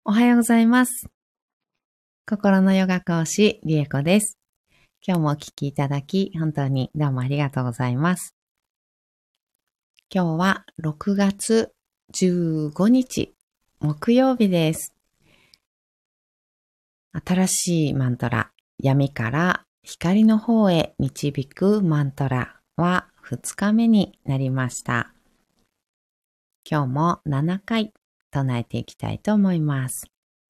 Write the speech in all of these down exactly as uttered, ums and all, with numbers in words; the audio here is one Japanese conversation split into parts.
おはようございます。心のヨガ講師、リエコです。今日もお聞きいただき、本当にどうもありがとうございます。今日はろくがつじゅうごにち、木曜日です。新しいマントラ、闇から光の方へ導くマントラはふつかめになりました。今日もななかい唱えていきたいと思います。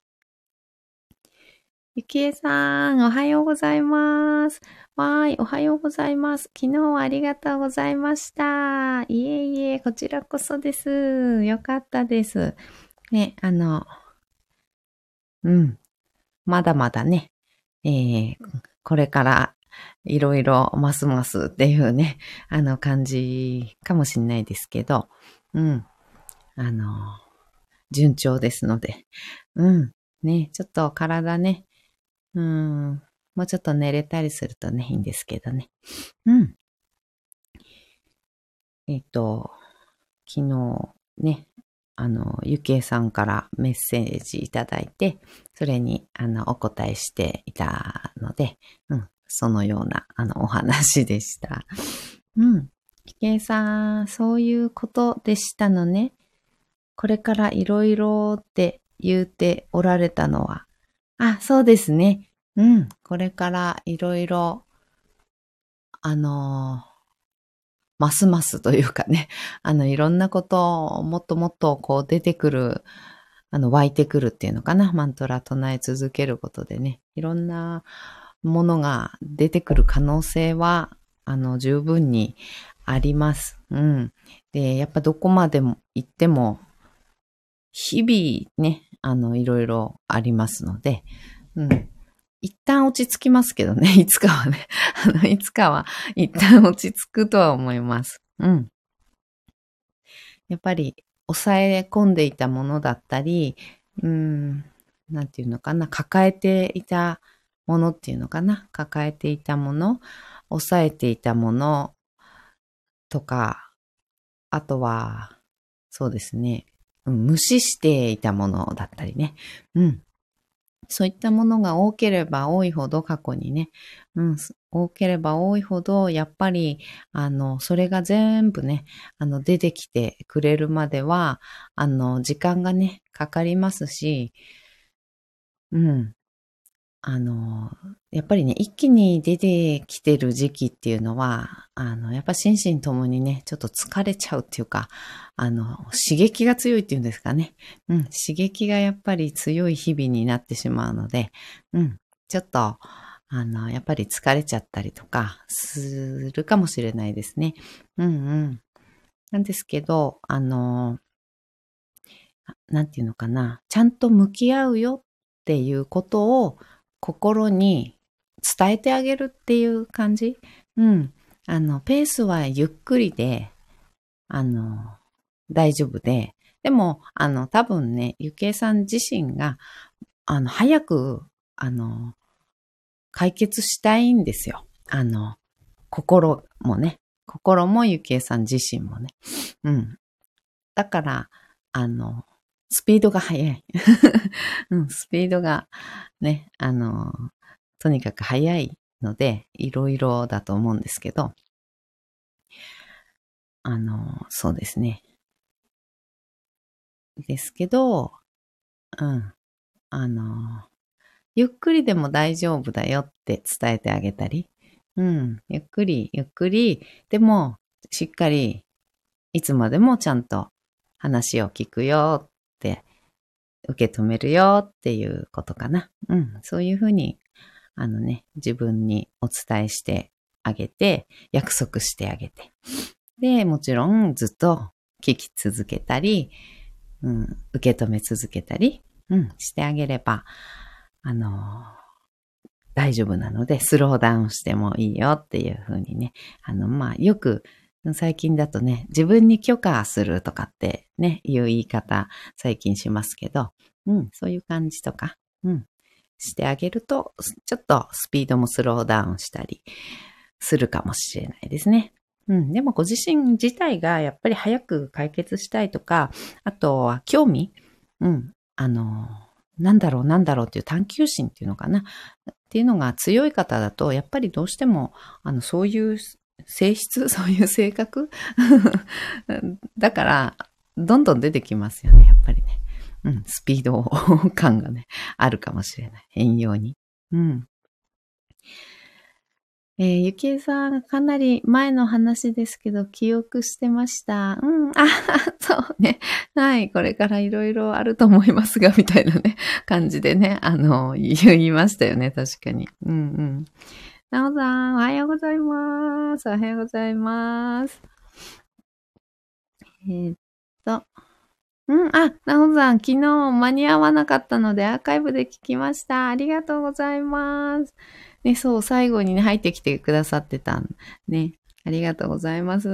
ゆきえさん、おはようございます。わーい、おはようございます。昨日はありがとうございました。いえいえ、こちらこそです。よかったです。ね、あの、うん、まだまだね、えー、これからいろいろますますっていうね、あの感じかもしれないですけど、うん、あの、順調ですので、うん、ね、ちょっと体ね、うん、もうちょっと寝れたりするとね、いいんですけどね。うん。えっと、昨日ね、あの、ゆきえさんからメッセージいただいて、それに、あの、お答えしていたので、うん、そのような、あの、お話でした。うん。ゆきえさん、そういうことでしたのね。これからいろいろって言うておられたのは、あ、そうですね。うん。これからいろいろ、あのますますというかね、あの、いろんなことをもっともっとこう出てくる、あの、湧いてくるっていうのかな、マントラ唱え続けることでね、いろんなものが出てくる可能性は、あの、十分にあります。うん。で、やっぱどこまでも行っても、日々ね、あの、いろいろありますので、うん。一旦落ち着きますけどね、いつかはね、あの、いつかは一旦落ち着くとは思います。うん。やっぱり抑え込んでいたものだったり、うーん、なんていうのかな、抱えていたものっていうのかな、抱えていたもの、抑えていたものとか、あとは、そうですね、うん、無視していたものだったりね。うん。そういったものが多ければ多いほど過去にね、うん、多ければ多いほど、やっぱり、あの、それが全部ね、あの、出てきてくれるまでは、あの、時間がね、かかりますし、うん、あの、やっぱりね、一気に出てきてる時期っていうのは、あの、やっぱ心身ともにね、ちょっと疲れちゃうっていうか、あの、刺激が強いっていうんですかね。うん、刺激がやっぱり強い日々になってしまうので、うん、ちょっと、あの、やっぱり疲れちゃったりとか、するかもしれないですね。うんうん。なんですけど、あの、なんていうのかな、ちゃんと向き合うよっていうことを心に伝えてあげるっていう感じ。うん。あの、ペースはゆっくりで、あの、大丈夫で、でも、あの、多分ね、ゆきえさん自身が、あの、早く、あの、解決したいんですよ。あの、心もね、心もゆきえさん自身もね。うん。だから、あの、スピードが速い。うん、スピードがね、あの、とにかく速いので、いろいろだと思うんですけど、あの、そうですね。ですけど、うん、あの、ゆっくりでも大丈夫だよって伝えてあげたり、うん、ゆっくり、ゆっくり、でも、しっかり、いつまでもちゃんと話を聞くよって、受け止めるよっていうことかな。うん、そういうふうに、あのね、自分にお伝えしてあげて、約束してあげて。で、もちろんずっと聞き続けたり、うん、受け止め続けたり、うん、してあげれば、あの、大丈夫なので、スローダウンしてもいいよっていうふうにね、あの、まあ、よく、最近だとね、自分に許可するとかってね、いう言い方、最近しますけど、うん、そういう感じとか、うん、してあげると、ちょっとスピードもスローダウンしたりするかもしれないですね。うん、でもご自身自体がやっぱり早く解決したいとか、あとは興味、うん、あの、 なんだろうなんだろうっていう探求心っていうのかな。っていうのが強い方だと、やっぱりどうしても、あの、そういう性質、そういう性格だから、どんどん出てきますよね、やっぱりね。うん、スピード感がね、あるかもしれない。変容に。うん。えー、ゆきえさん、かなり前の話ですけど、記憶してました。うん、あ、そうね。はい、これからいろいろあると思いますが、みたいなね、感じでね、あの、言いましたよね、確かに。うんうん。なおさん、おはようございます。おはようございます。えーっと、うん、あ、なおさん、昨日間に合わなかったのでアーカイブで聞きました。ありがとうございます。ね、そう、最後にね、入ってきてくださってたん。ね。ありがとうございます。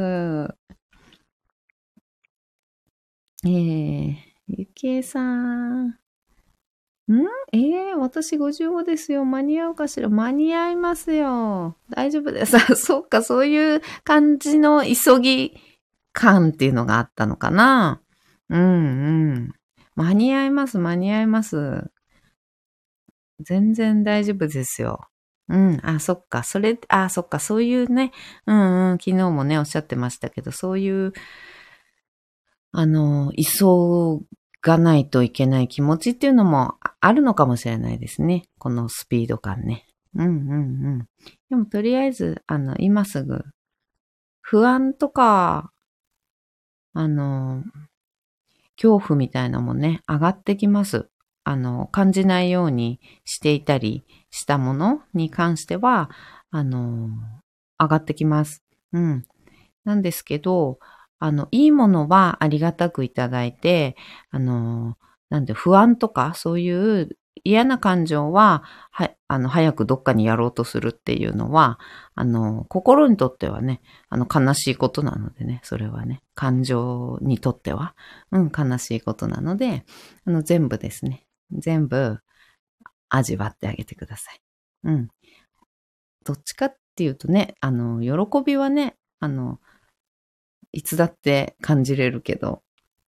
えー、ゆきえさん。んえー、私ごじゅうごですよ。間に合うかしら？間に合いますよ。大丈夫です。あ、そうか、そういう感じの急ぎ感っていうのがあったのかな。うんうん。間に合います、間に合います。全然大丈夫ですよ。うん。あ、そっか。それ、あ、そっか。そういうね。うんうん。昨日もね、おっしゃってましたけど、そういう、あの、急がないといけない気持ちっていうのもあるのかもしれないですね。このスピード感ね。うんうんうん。でも、とりあえず、あの、今すぐ、不安とか、あの、恐怖みたいなのもね、上がってきます。あの、感じないようにしていたりしたものに関しては、あの、上がってきます。うん。なんですけど、あの、いいものはありがたくいただいて、あの、なんで不安とかそういう嫌な感情は、は、あの、早くどっかにやろうとするっていうのは、あの、心にとってはね、あの、悲しいことなのでね、それはね、感情にとっては、うん、悲しいことなので、あの、全部ですね、全部味わってあげてください。うん。どっちかっていうとね、あの、喜びはね、あの、いつだって感じれるけど、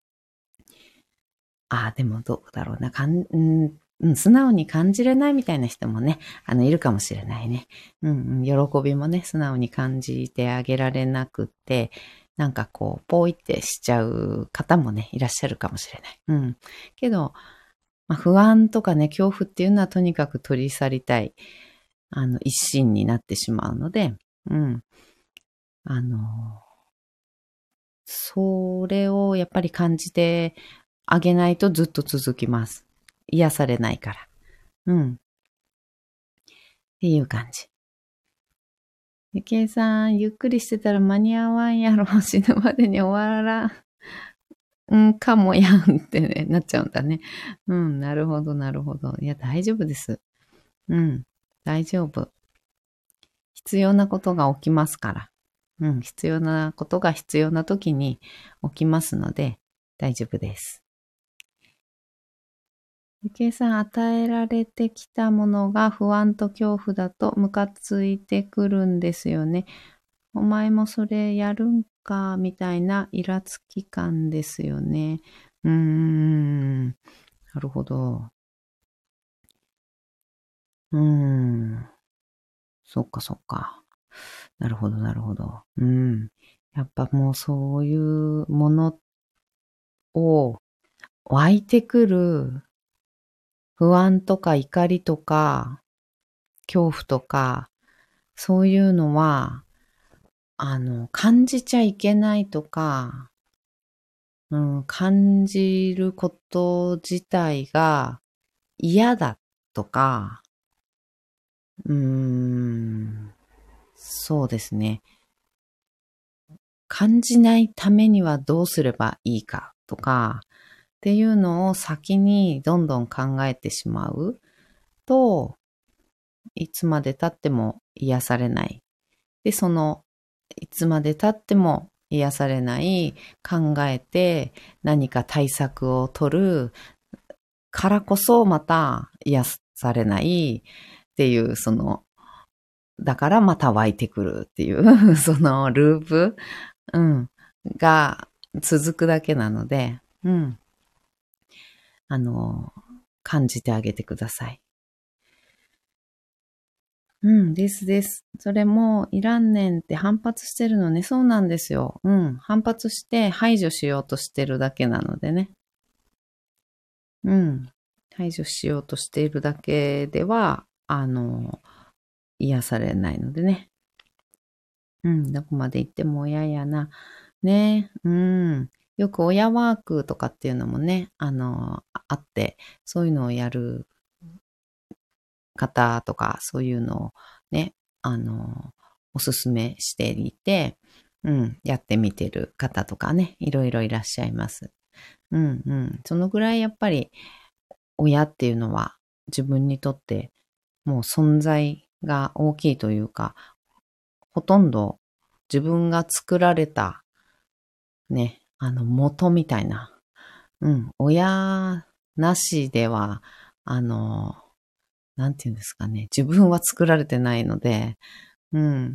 ああ、でもどうだろうな、かん、うん、うん、素直に感じれないみたいな人もね、あの、いるかもしれないね。うん、うん、喜びもね、素直に感じてあげられなくって、なんかこう、ポイってしちゃう方もね、いらっしゃるかもしれない。うん。けど、まあ、不安とかね、恐怖っていうのはとにかく取り去りたい、あの、一心になってしまうので、うん。あの、それをやっぱり感じてあげないとずっと続きます。癒されないから。うん。っていう感じ。ゆきえさん、ゆっくりしてたら間に合わんやろ。死ぬまでに終わらんかもやんってね、なっちゃうんだね。うん、なるほど、なるほど。いや、大丈夫です。うん、大丈夫。必要なことが起きますから。うん、必要なことが必要な時に起きますので、大丈夫です。ゆきえさん、与えられてきたものが不安と恐怖だとムカついてくるんですよね。お前もそれやるんか、みたいなイラつき感ですよね。うーん。なるほど。うーん。そっかそっか。なるほど、なるほど。うん。やっぱもうそういうものを湧いてくる不安とか怒りとか恐怖とかそういうのは、あの、感じちゃいけないとか、うん、感じること自体が嫌だとか、うーん、そうですね。感じないためにはどうすればいいかとか、っていうのを先にどんどん考えてしまうと、いつまで経っても癒されない。で、その、いつまで経っても癒されない、考えて何か対策を取るからこそまた癒されないっていう、その、だからまた湧いてくるっていう、そのループ、うん、が続くだけなので、うん。あの、 感じてあげてください。うん、ですです。それも、いらんねんって反発してるのね。そうなんですよ。うん。反発して排除しようとしてるだけなのでね。うん。排除しようとしているだけでは、あの、癒されないのでね。うん。どこまで行っても親やな。ね。うん。よく親ワークとかっていうのもね、あの、あって、そういうのをやる方とか、そういうのをね、あの、おすすめしていて、うん、やってみてる方とかね、いろいろいらっしゃいます。うんうん。そのぐらいやっぱり親っていうのは自分にとってもう存在が大きいというか、ほとんど自分が作られたね、あの元みたいな、うん、親なしでは、あの、なんていうんですかね、自分は作られてないので、うん、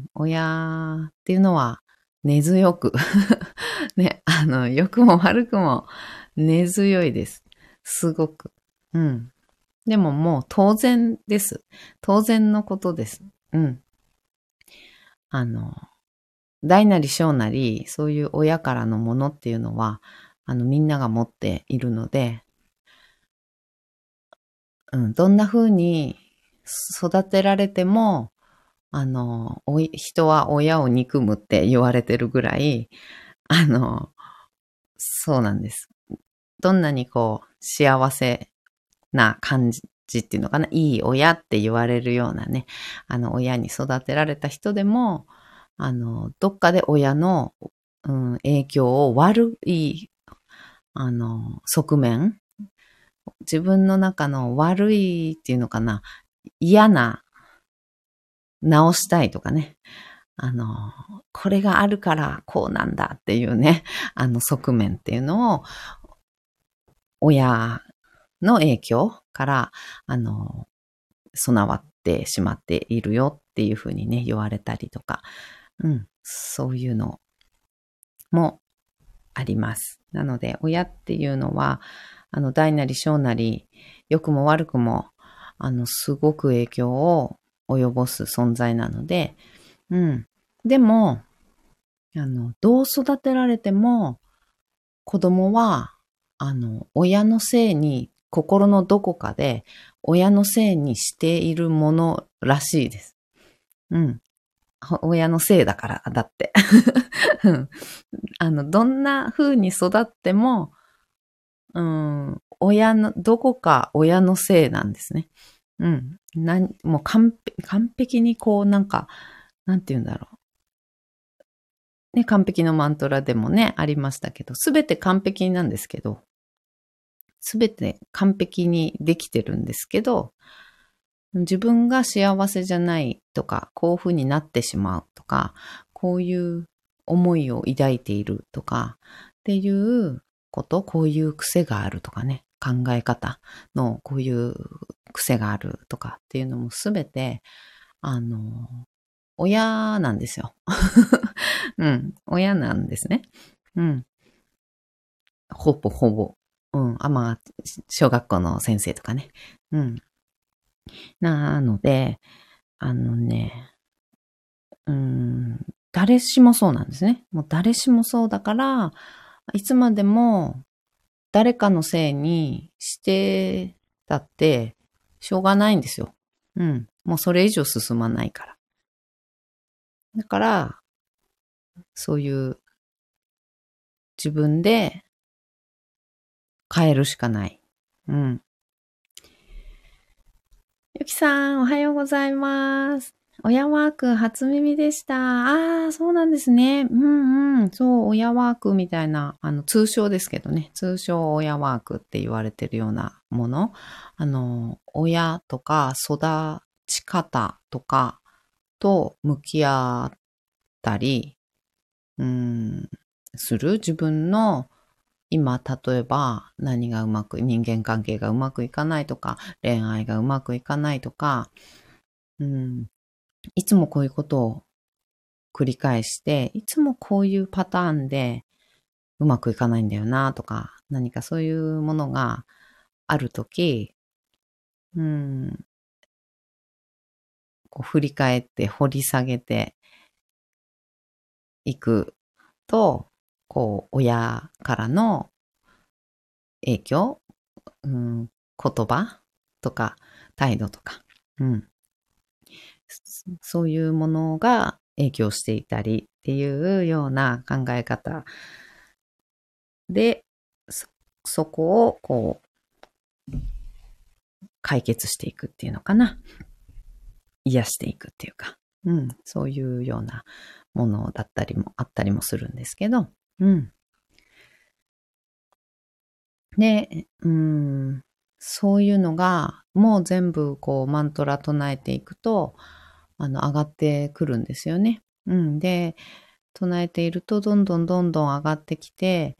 親っていうのは根強くね、あの、良くも悪くも根強いです。すごく。うん。でももう当然です。当然のことです。うん。あの、大なり小なり、そういう親からのものっていうのは、あの、みんなが持っているので、うん、どんな風に育てられても、あの、おい人は親を憎むって言われてるぐらい、あの、そうなんです。どんなにこう、幸せな感じっていうのかな、いい親って言われるようなね、あの、親に育てられた人でも、あの、どっかで親の、うん、影響を悪い、あの、側面、自分の中の悪いっていうのかな、嫌な、直したいとかね、あの、これがあるからこうなんだっていうね、あの側面っていうのを、親の影響から、あの、備わってしまっているよっていうふうにね、言われたりとか、うん、そういうのもあります。なので、親っていうのは、あの、大なり小なり、良くも悪くも、あの、すごく影響を及ぼす存在なので、うん。でも、あの、どう育てられても、子供は、あの、親のせいに、心のどこかで、親のせいにしているものらしいです。うん。親のせいだから、だって。あの、どんな風に育っても、うん、親の、どこか親のせいなんですね。うん。なん、もう完璧、完璧にこう、なんか、なんて言うんだろう。ね、完璧のマントラでもね、ありましたけど、すべて完璧なんですけど、すべて完璧にできてるんですけど、自分が幸せじゃないとか、こういう風になってしまうとか、こういう思いを抱いているとか、っていうこと、こういう癖があるとかね、考え方のこういう癖があるとかっていうのもすべて、あの、親なんですよ。うん、親なんですね。うん、ほぼほぼ。うん、あ、まあ、小学校の先生とかね。うん。なので、あのね、うーん、誰しもそうなんですね。もう誰しもそうだから、いつまでも誰かのせいにしてたって、しょうがないんですよ。うん。もうそれ以上進まないから。だから、そういう自分で変えるしかない。うん。ゆきさん、おはようございます。親ワーク初耳でした。ああ、そうなんですね。うんうん。そう、親ワークみたいな、あの、通称ですけどね。通称親ワークって言われてるようなもの。あの、親とか育ち方とかと向き合ったり、うん、する自分の今、例えば何がうまく、人間関係がうまくいかないとか、恋愛がうまくいかないとか、うん、いつもこういうことを繰り返して、いつもこういうパターンでうまくいかないんだよなとか、何かそういうものがあるとき、 うん、こう振り返って掘り下げていくと、こう、親からの影響、うん、言葉とか態度とか、うん、そういうものが影響していたりっていうような考え方で、そ、そこをこう解決していくっていうのかな。癒していくっていうか、うん、そういうようなものだったりもあったりもするんですけど、うん。で、うん、そういうのがもう全部こうマントラ唱えていくと、あの、上がってくるんですよね。うん。で、唱えているとどんどんどんどん上がってきて、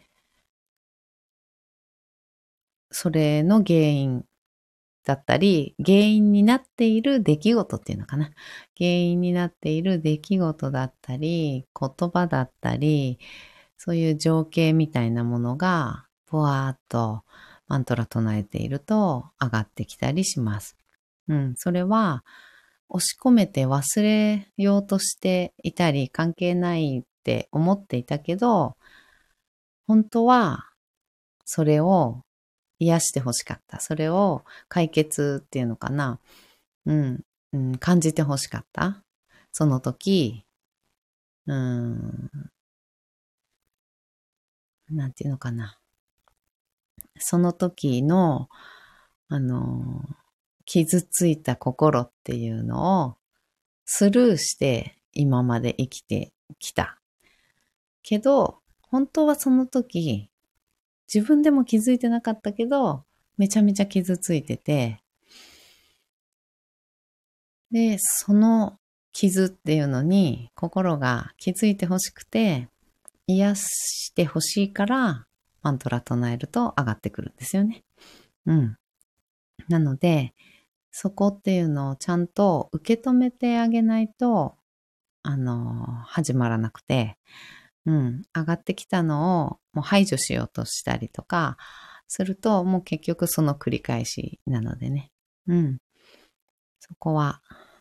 それの原因だったり、原因になっている出来事っていうのかな。原因になっている出来事だったり、言葉だったり、そういう情景みたいなものが、ぼわーっとマントラ唱えていると上がってきたりします。うん、それは、押し込めて忘れようとしていたり、関係ないって思っていたけど、本当は、それを癒してほしかった。それを解決っていうのかな。うん、うん、感じてほしかった。その時、うん、なんていうのかな。その時の、あの、傷ついた心っていうのをスルーして今まで生きてきた。けど、本当はその時、自分でも気づいてなかったけど、めちゃめちゃ傷ついてて、で、その傷っていうのに心が気づいてほしくて、癒してほしいから、マントラ唱えると上がってくるんですよね。うん。なので、そこっていうのをちゃんと受け止めてあげないと、あの、始まらなくて、うん、上がってきたのをもう排除しようとしたりとか、すると、もう結局その繰り返しなのでね。うん。そこは、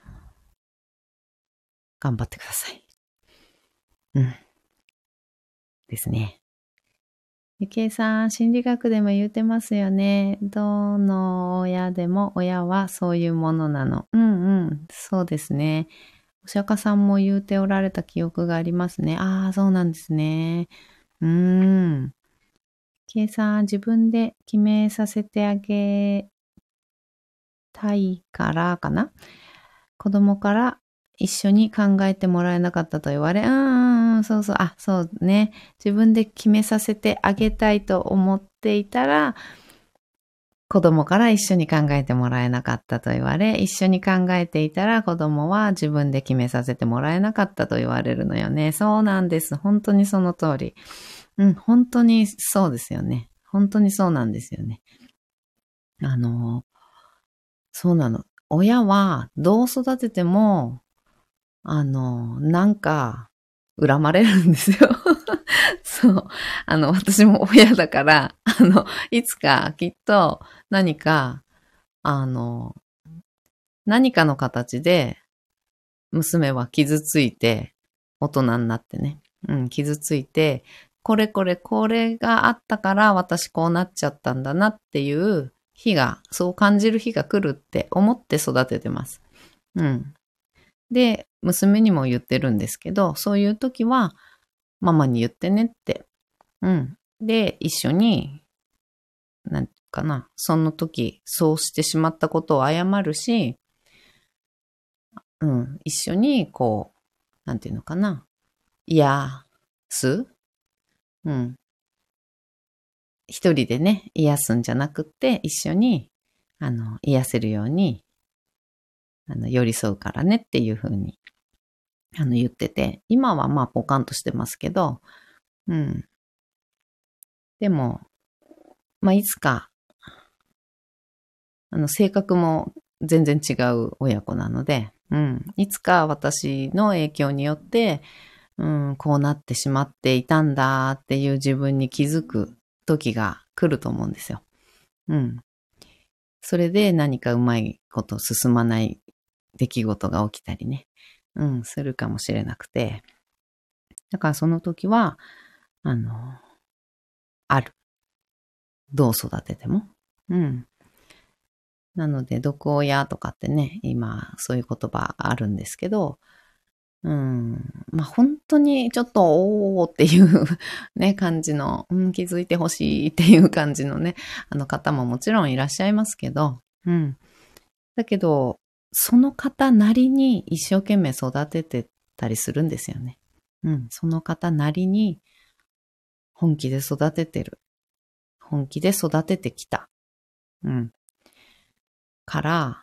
頑張ってください。うん。ですね。ゆきえさん、心理学でも言うてますよね。どの親でも親はそういうものなの。うんうん。そうですね。お釈迦さんも言うておられた記憶がありますね。ああ、そうなんですね。うーん。ゆきえさん、自分で決めさせてあげたいからかな。子供から一緒に考えてもらえなかったと言われ、うんうんうん、そうそう、あ、そうね。自分で決めさせてあげたいと思っていたら、子供から一緒に考えてもらえなかったと言われ、一緒に考えていたら子供は自分で決めさせてもらえなかったと言われるのよね。そうなんです。本当にその通り。うん、本当にそうですよね。本当にそうなんですよね。あの、そうなの。親はどう育てても、あの、なんか、恨まれるんですよ。そう。あの、私も親だから、あの、いつかきっと何か、あの、何かの形で娘は傷ついて、大人になってね、うん、傷ついて、これこれこれがあったから私こうなっちゃったんだなっていう日が、そう感じる日が来るって思って育ててます。うん。で、娘にも言ってるんですけど、そういう時はママに言ってねって。うん。で、一緒に、なんかな、その時そうしてしまったことを謝るし、うん、一緒にこう、なんていうのかな、癒す、うん。一人でね、癒すんじゃなくって、一緒に、あの、癒せるように、あの、寄り添うからねっていう風に、あの、言ってて、今はまあ、ポカンとしてますけど、うん。でも、まあ、いつか、あの、性格も全然違う親子なので、うん。いつか私の影響によって、うん、こうなってしまっていたんだっていう自分に気づく時が来ると思うんですよ。うん。 それで何かうまいこと進まない出来事が起きたりね、うん、するかもしれなくて、だからその時は、あの、ある。どう育てても。うん。なので、毒親とかってね、今、そういう言葉あるんですけど、うん。まあ、本当にちょっと、おーっていうね、感じの、うん、気づいてほしいっていう感じのね、あの方ももちろんいらっしゃいますけど、うん。だけど、その方なりに一生懸命育ててたりするんですよね。うん。その方なりに本気で育ててる。本気で育ててきた。うん。から、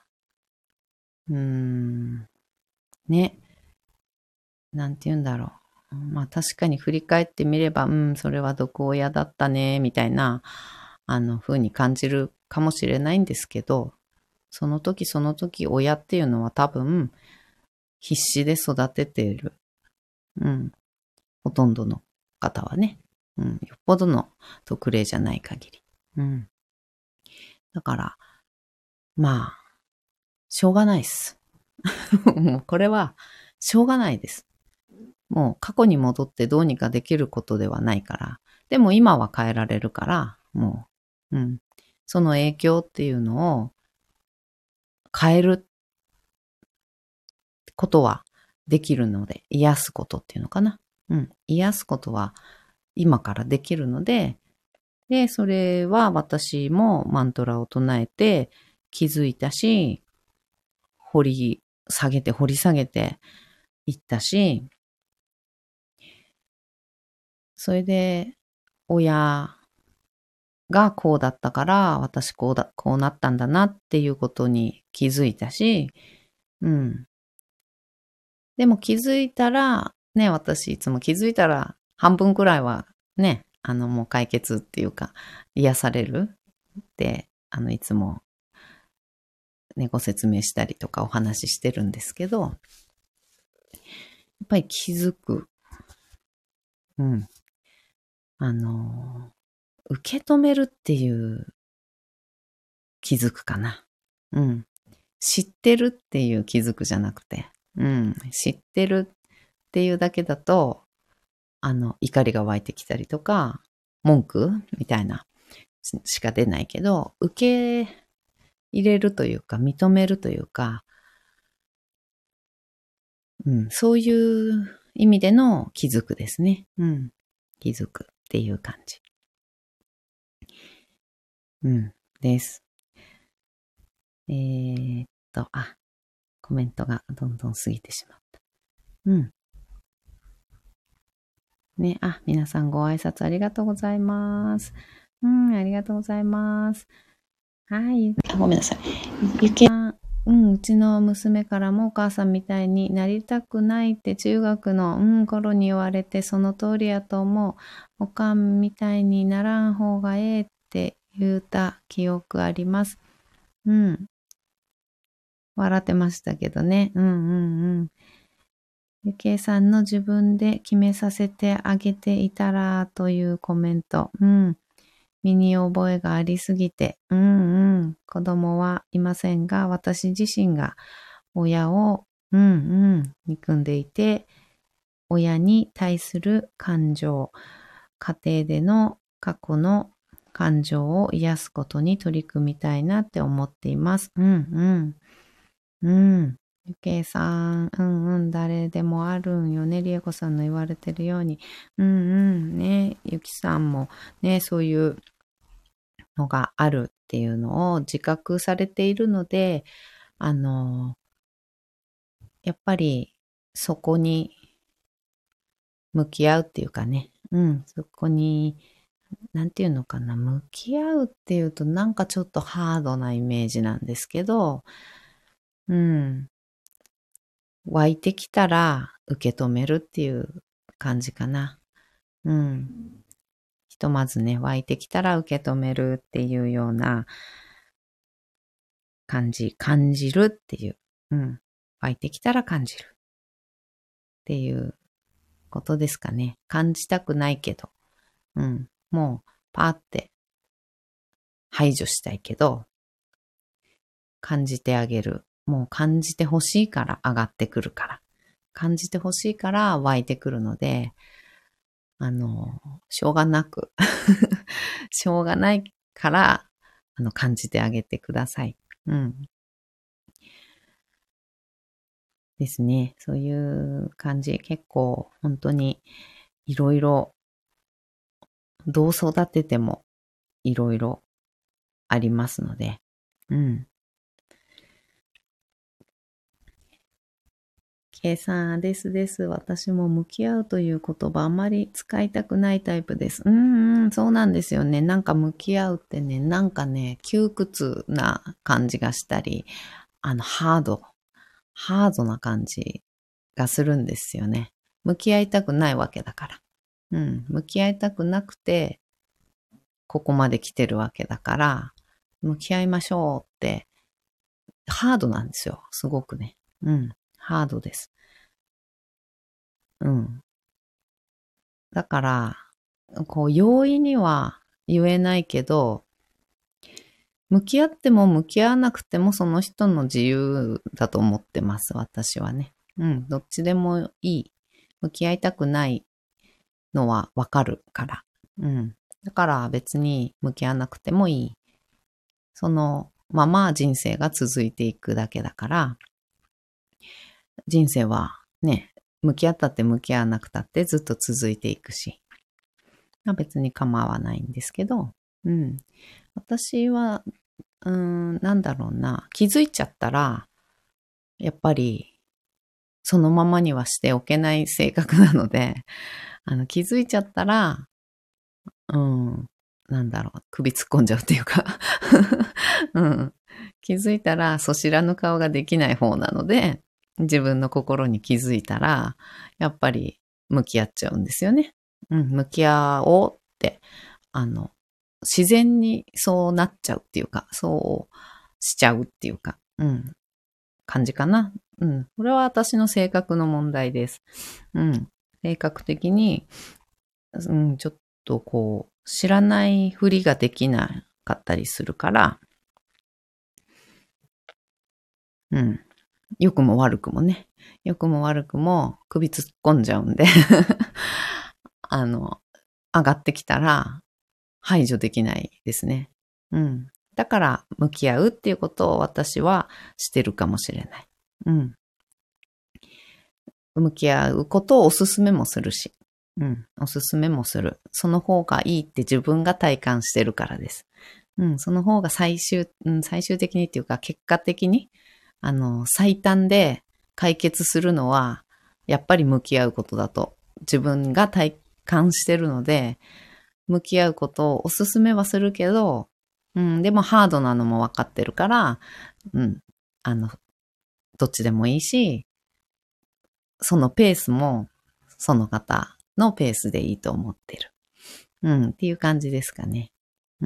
うーん、ね。なんて言うんだろう。まあ確かに振り返ってみれば、うん、それは毒親だったね、みたいな、あの、風に感じるかもしれないんですけど、その時その時親っていうのは多分、必死で育てている。うん。ほとんどの方はね。うん。よっぽどの特例じゃない限り。うん。だから、まあ、しょうがないっす。もうこれは、しょうがないです。もう過去に戻ってどうにかできることではないから。でも今は変えられるから、もう、うん。その影響っていうのを変えることはできるので、癒すことっていうのかな。うん。癒すことは今からできるので、で、それは私もマントラを唱えて気づいたし、掘り下げて掘り下げていったし、それで親がこうだったから、私こうだ、こうなったんだなっていうことに気づいたし、うん。でも気づいたら、ね、私いつも気づいたら半分くらいはね、あのもう解決っていうか、癒されるって、あのいつもね、ご説明したりとかお話ししてるんですけど、やっぱり気づく。うん。あの、受け止めるっていう気づくかな。うん。知ってるっていう気づくじゃなくて、うん。知ってるっていうだけだと、あの、怒りが湧いてきたりとか、文句みたいなしか出ないけど、受け入れるというか、認めるというか、うん、そういう意味での気づくですね。うん。気づくっていう感じ。うん。です。えーっと、あ、コメントがどんどん過ぎてしまった。うん。ね、あ、皆さんご挨拶ありがとうございます。うん、ありがとうございます。はい。あ、ごめんなさい。ゆきさん、うん、うちの娘からもお母さんみたいになりたくないって中学の、うん、頃に言われて、その通りやと思う。おかんみたいにならん方がええって言うた記憶あります。うん。笑ってましたけどね。うんうんうん。ゆきえさんの自分で決めさせてあげていたらというコメント。うん。身に覚えがありすぎて、うんうん。子供はいませんが、私自身が親を、うんうん、憎んでいて、親に対する感情、家庭での過去の感情を癒すことに取り組みたいなって思っています。うんうん。うん。ゆけいさん、うんうん、誰でもあるんよね。りえこさんの言われてるように。うんうん、ね。ゆきさんもね、そういうのがあるっていうのを自覚されているので、あの、やっぱりそこに向き合うっていうかね、うん、そこに、なんていうのかな、向き合うっていうとなんかちょっとハードなイメージなんですけど、うん、湧いてきたら受け止めるっていう感じかな。うん。ひとまずね、湧いてきたら受け止めるっていうような感じ、感じるっていう。うん。湧いてきたら感じるっていうことですかね。感じたくないけど。うん。もう、パーって排除したいけど、 感じてあげる。もう感じてほしいから上がってくるから。感じてほしいから湧いてくるので、あの、しょうがなく、しょうがないから、あの、感じてあげてください。うん。ですね。そういう感じ。結構、本当に、いろいろ、どう育てても、いろいろありますので、うん。計算ですです。私も向き合うという言葉あまり使いたくないタイプです。うんうん、そうなんですよね。なんか向き合うってね、なんかね、窮屈な感じがしたり、あの、ハード、ハードな感じがするんですよね。向き合いたくないわけだから。うん、向き合いたくなくて、ここまで来てるわけだから、向き合いましょうって、ハードなんですよ。すごくね。うん、ハードです。うん。だから、こう、容易には言えないけど、向き合っても向き合わなくてもその人の自由だと思ってます、私はね。うん、どっちでもいい。向き合いたくないのはわかるから。うん。だから別に向き合わなくてもいい。そのまま人生が続いていくだけだから、人生はね、向き合ったって向き合わなくたってずっと続いていくし、別に構わないんですけど、うん。私は、うーん、なんだろうな、気づいちゃったら、やっぱり、そのままにはしておけない性格なので、あの、気づいちゃったら、うん、なんだろう、首突っ込んじゃうっていうか、うん、気づいたら、そしらぬ顔ができない方なので、自分の心に気づいたら、やっぱり向き合っちゃうんですよね。うん、向き合おうって、あの、自然にそうなっちゃうっていうか、そうしちゃうっていうか、うん、感じかな。うん。これは私の性格の問題です。うん。性格的に、うん、ちょっとこう、知らないふりができなかったりするから、うん。良くも悪くもね。良くも悪くも首突っ込んじゃうんであの、上がってきたら排除できないですね。うん。だから向き合うっていうことを私はしてるかもしれない。うん。向き合うことをおすすめもするし。うん。おすすめもする。その方がいいって自分が体感してるからです。うん。その方が最終、うん、最終的にっていうか結果的に、あの、最短で解決するのは、やっぱり向き合うことだと自分が体感してるので、向き合うことをおすすめはするけど、うん、でもハードなのも分かってるから、うん、あの、どっちでもいいし、そのペースもその方のペースでいいと思ってる。うん、っていう感じですかね。うん。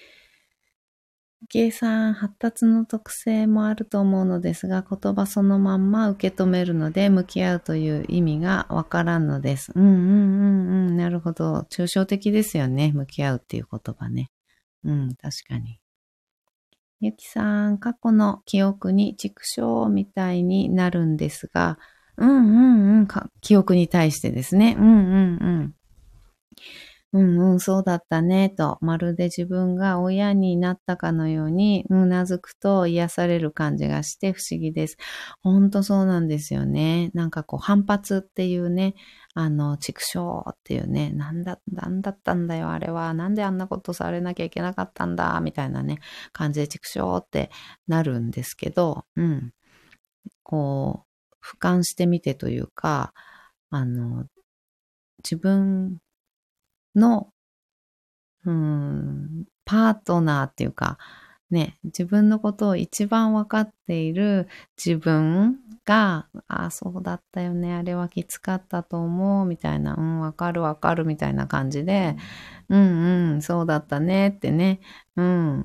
計算、発達の特性もあると思うのですが、言葉そのまんま受け止めるので、向き合うという意味がわからんのです。うんうんうんうん。なるほど。抽象的ですよね。向き合うっていう言葉ね。うん、確かに。ゆきさん、過去の記憶に畜生みたいになるんですが、うんうんうん、か記憶に対してですね。うんうんうん。うんうん、そうだったね、と、まるで自分が親になったかのように、うなずくと癒される感じがして不思議です。ほんとそうなんですよね。なんかこう反発っていうね、あの、畜生っていうね、なんだ、なんだったんだよ、あれは。なんであんなことされなきゃいけなかったんだ、みたいなね、感じで畜生ってなるんですけど、うん。こう、俯瞰してみてというか、あの、自分のうーん、パートナーっていうか、ね、自分のことを一番わかっている自分が、ああ、そうだったよね、あれはきつかったと思う、みたいな、うん、わかるわかる、みたいな感じで、うんうん、そうだったねってね、うん、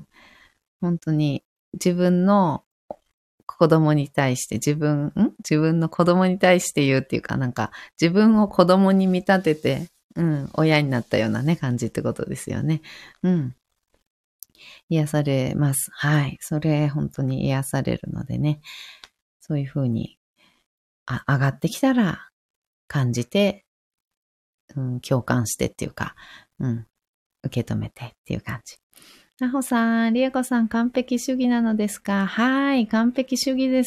本当に自分の子供に対して自分、ん自分の子供に対して言うっていうか、なんか自分を子供に見立てて、うん、親になったようなね、感じってことですよね。うん。 癒されます。はい。それ、本当に癒されるのでね。そういうふうに、あ、上がってきたら感じて、うん、共感してっていうか、うん、受け止めてっていう感じ。なほさん、りえこさん、完璧主義なのですか？はい、完璧主義です。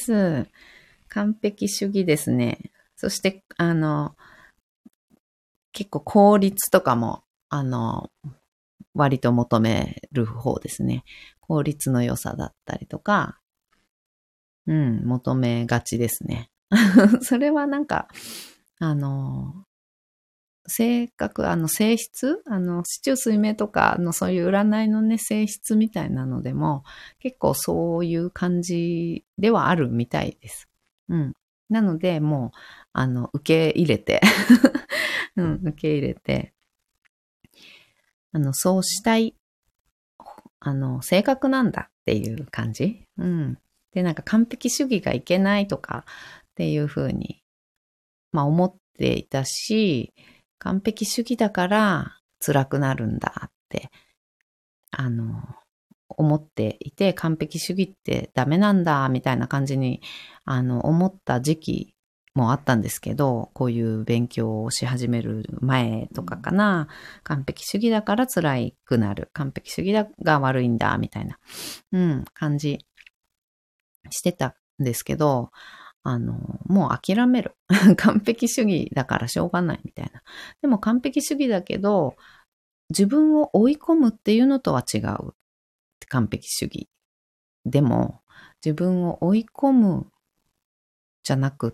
完璧主義ですね。そして、あの、結構効率とかも、あの、割と求める方ですね。効率の良さだったりとか、うん、求めがちですね。それはなんか、あの、性格、あの、性質あの、四柱推命とかのそういう占いのね、性質みたいなのでも、結構そういう感じではあるみたいです。うん。なので、もう、あの、受け入れて、うん、受け入れて、あの、そうしたい、あの、性格なんだっていう感じ。うん。で、なんか完璧主義がいけないとかっていうふうに、まあ思っていたし、完璧主義だから辛くなるんだって、あの、思っていて、完璧主義ってダメなんだ、みたいな感じに、あの、思った時期もあったんですけど、こういう勉強をし始める前とかかな、完璧主義だから辛くなる、完璧主義だが悪いんだ、みたいな、うん、感じしてたんですけど、あの、もう諦める。完璧主義だからしょうがないみたいな。でも完璧主義だけど、自分を追い込むっていうのとは違う。完璧主義。でも、自分を追い込むじゃなくって、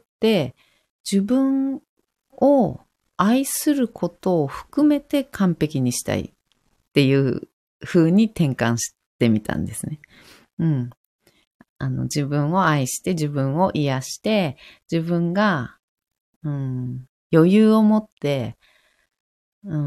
自分を愛することを含めて完璧にしたいっていう風に転換してみたんですね。うん。あの、自分を愛して、自分を癒して、自分が、うん、余裕を持って、うん、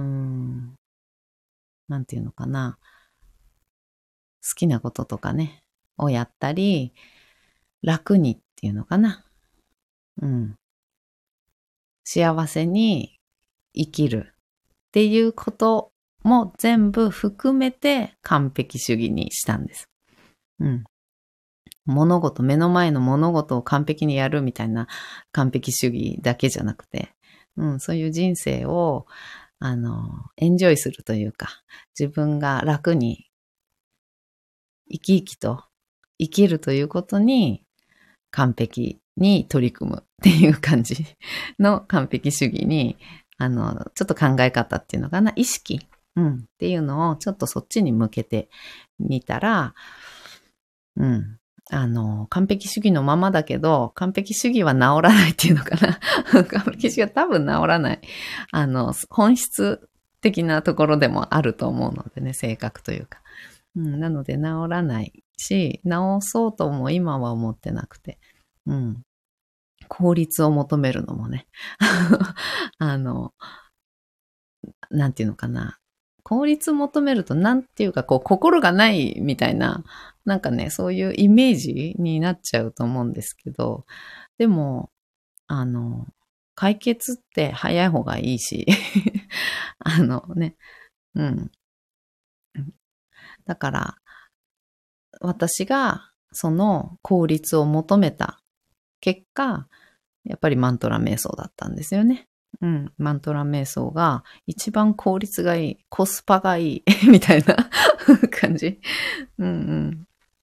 なんていうのかな、好きなこととかね、をやったり、楽にっていうのかな、うん、幸せに生きるっていうことも全部含めて完璧主義にしたんです。うん。物事、目の前の物事を完璧にやるみたいな完璧主義だけじゃなくて、うん、そういう人生を、あの、エンジョイするというか、自分が楽に生き生きと生きるということに完璧に取り組むっていう感じの完璧主義に、あの、ちょっと考え方っていうのかな、意識、うん、っていうのをちょっとそっちに向けてみたら、うん。あの、完璧主義のままだけど、完璧主義は治らないっていうのかな。完璧主義は多分治らない。あの、本質的なところでもあると思うのでね、性格というか。うん、なので治らないし、治そうとも今は思ってなくて。うん。効率を求めるのもね。あの、なんていうのかな。効率を求めると、なんていうか、こう、心がないみたいな、なんかね、そういうイメージになっちゃうと思うんですけど、でも、あの、解決って早い方がいいし、あのね、うん。だから、私がその効率を求めた結果、やっぱりマントラ瞑想だったんですよね。うん。マントラ瞑想が一番効率がいい、コスパがいい、みたいな感じ。うんうん。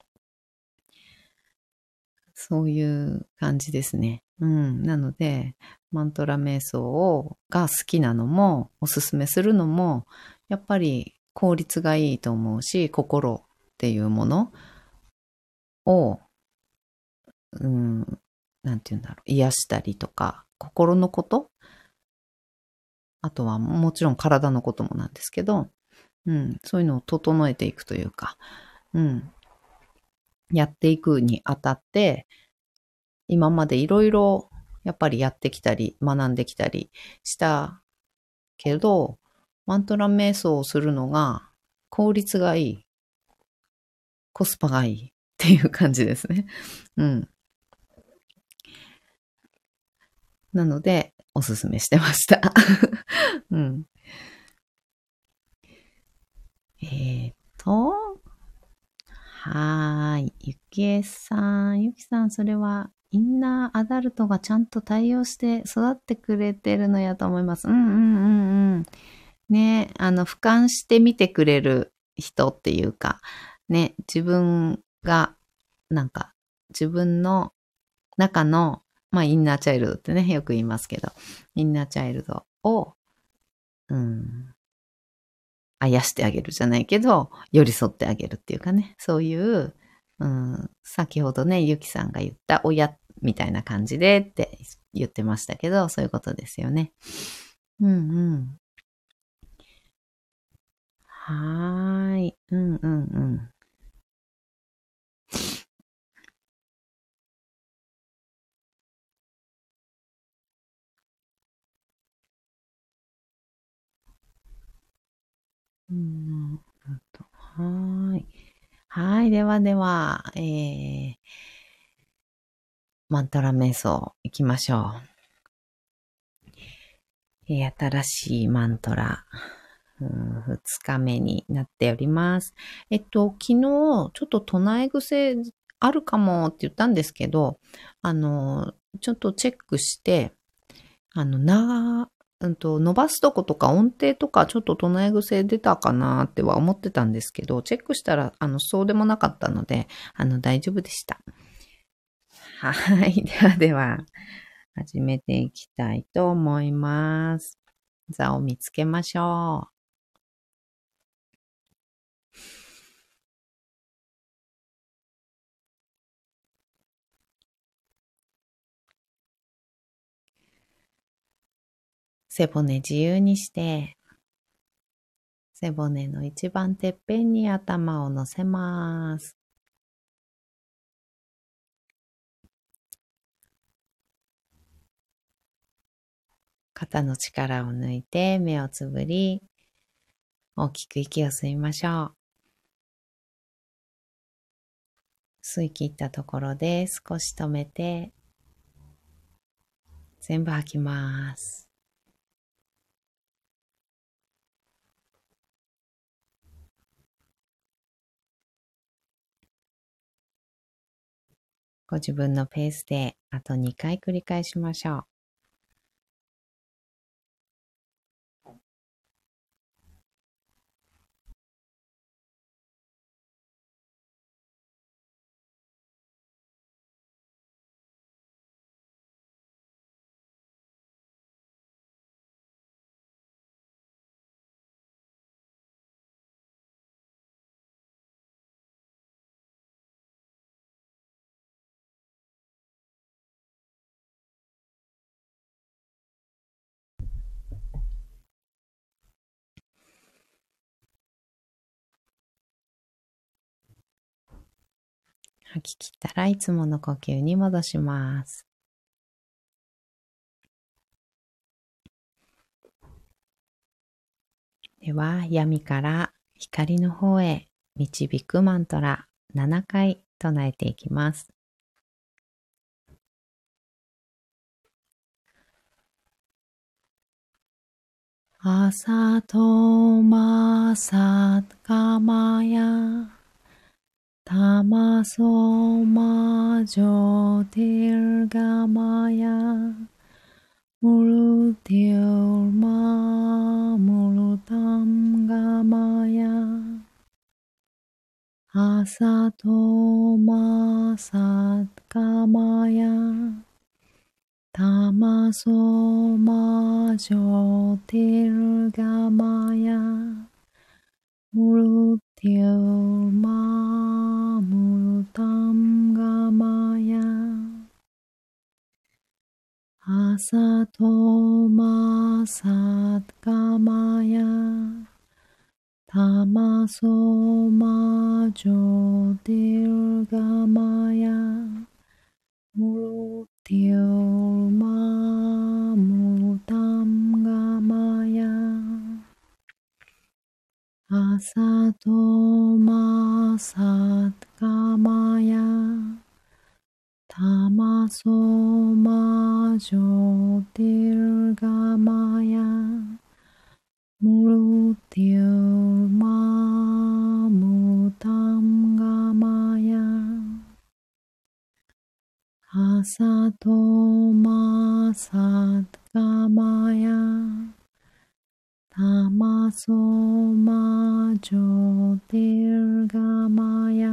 そういう感じですね。うん。なので、マントラ瞑想をが好きなのも、おすすめするのも、やっぱり効率がいいと思うし、心っていうものを、うん、なんて言うんだろう、癒したりとか、心のこと、あとはもちろん体のこともなんですけど、うん、そういうのを整えていくというか、うん、やっていくにあたって、今までいろいろやっぱりやってきたり、学んできたりしたけど、マントラ瞑想をするのが効率がいい、コスパがいいっていう感じですね。うん。なので、おすすめしてました。うん。えーっと、 はーい。ゆきえさん、ゆきさん、それは、インナーアダルトがちゃんと対応して育ってくれてるのやと思います。うんうんうんうん。ね、あの、俯瞰して見てくれる人っていうか、ね、自分が、なんか、自分の中の、まあ、インナーチャイルドってね、よく言いますけど、インナーチャイルドを、うん、あやしてあげるじゃないけど、寄り添ってあげるっていうかね、そういう、うん、先ほどね、ゆきさんが言った親みたいな感じでって言ってましたけど、そういうことですよね。うんうん。はーい。うんうんうん。うん、あとはーい。はい。ではでは、えー、マントラ瞑想行きましょう。えー新しいマントラ、うん、二日目になっております。えっと、昨日、ちょっと唱え癖あるかもって言ったんですけど、あの、ちょっとチェックして、あの、な、うんと、伸ばすとことか音程とかちょっと唱え癖出たかなっては思ってたんですけど、チェックしたら、あの、そうでもなかったので、あの、大丈夫でした。はい。ではでは、始めていきたいと思います。座を見つけましょう。背骨自由にして、背骨の一番てっぺんに頭を乗せます。肩の力を抜いて目をつぶり、大きく息を吸いましょう。吸い切ったところで少し止めて、全部吐きます。ご自分のペースであとにかい繰り返しましょう。吐き切ったらいつもの呼吸に戻します。では、闇から光の方へ導くマントラななかい唱えていきます。アサトマサカマヤタマソマジョティルガマヤムルティルマムルタムガマヤアサトマサカマヤタマソマジョティルガマヤムルティルマムルタムガマヤアサトマサカマヤタマソマジョティルガマヤムルティルマムルタムガマヤアサトマサカマヤタマソマジョティルガマヤムルティルマムルタムガマアサトマサガマヤタマソマジョティルガマヤ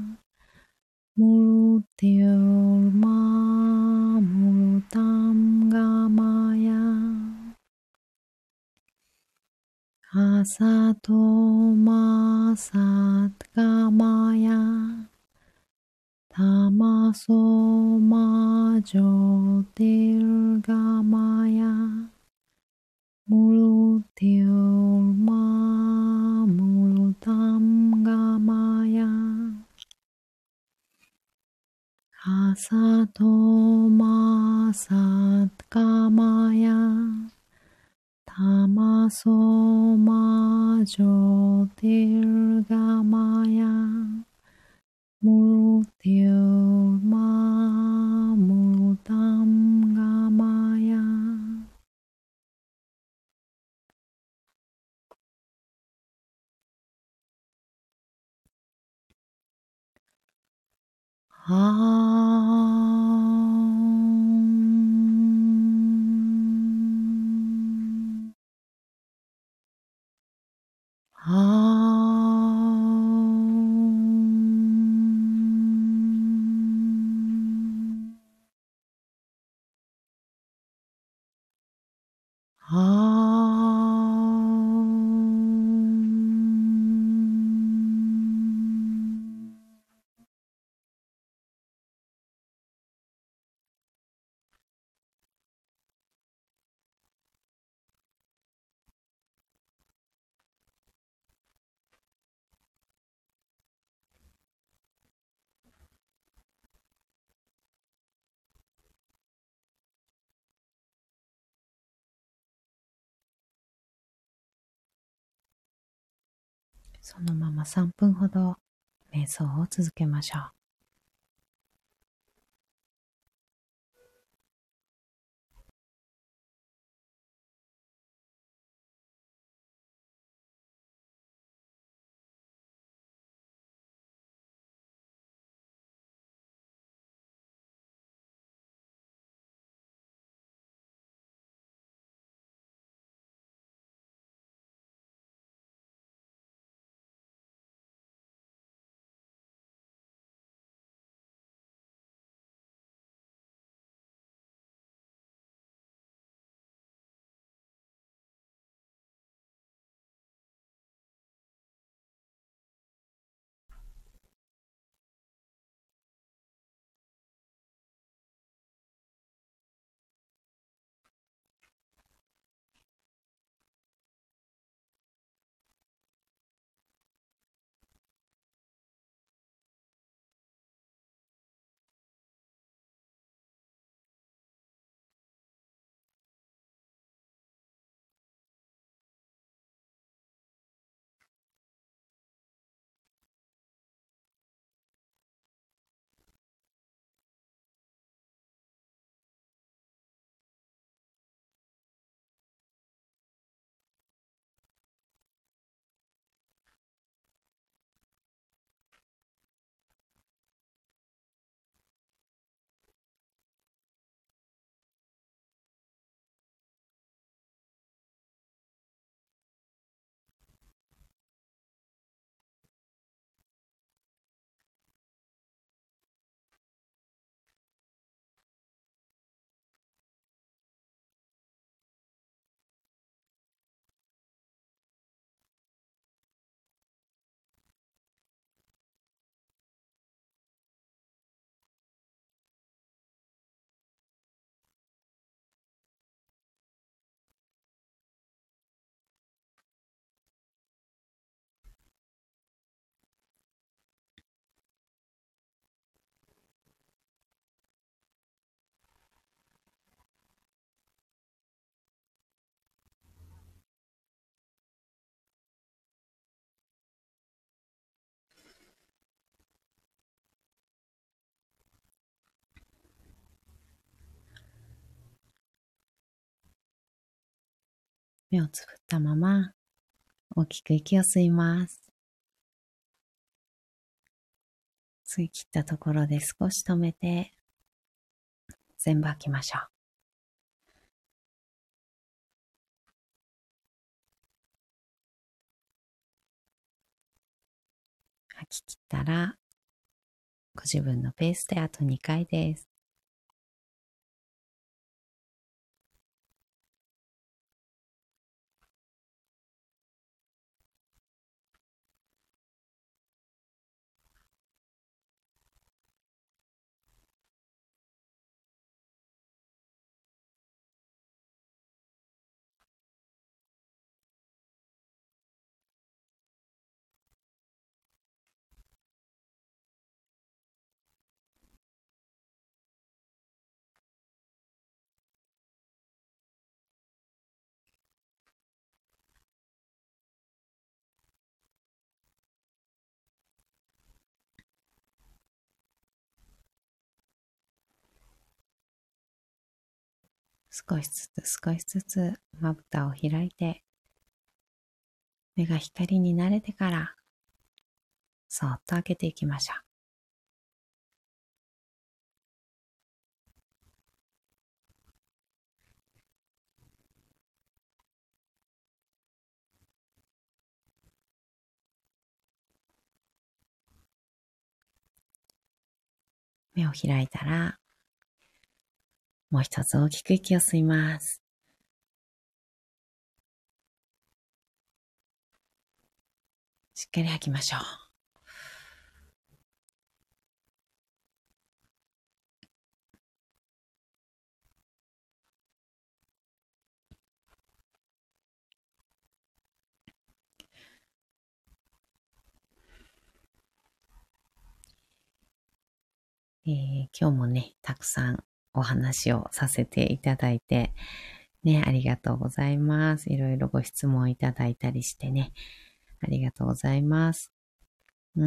ムルティルマムルタムガマヤアサトマサガマヤタマソマジョティルガマヤムルティルマムルタムガマヤアサトマサガマヤタマソマジョティルガマヤムルティルマムルタムガマヤあーあそのままさんぷんほど瞑想を続けましょう。目をつぶったまま大きく息を吸います。吸い切ったところで少し止めて全部吐きましょう。吐き切ったら、ご自分のペースであとにかいです。少しずつ少しずつまぶたを開いて、目が光に慣れてから、そーっと開けていきましょう。目を開いたら、もう一つ大きく息を吸います。しっかり吐きましょう。えー、今日もね、たくさんお話をさせていただいて、ね、ありがとうございます。いろいろご質問いただいたりしてね、ありがとうございます。うん、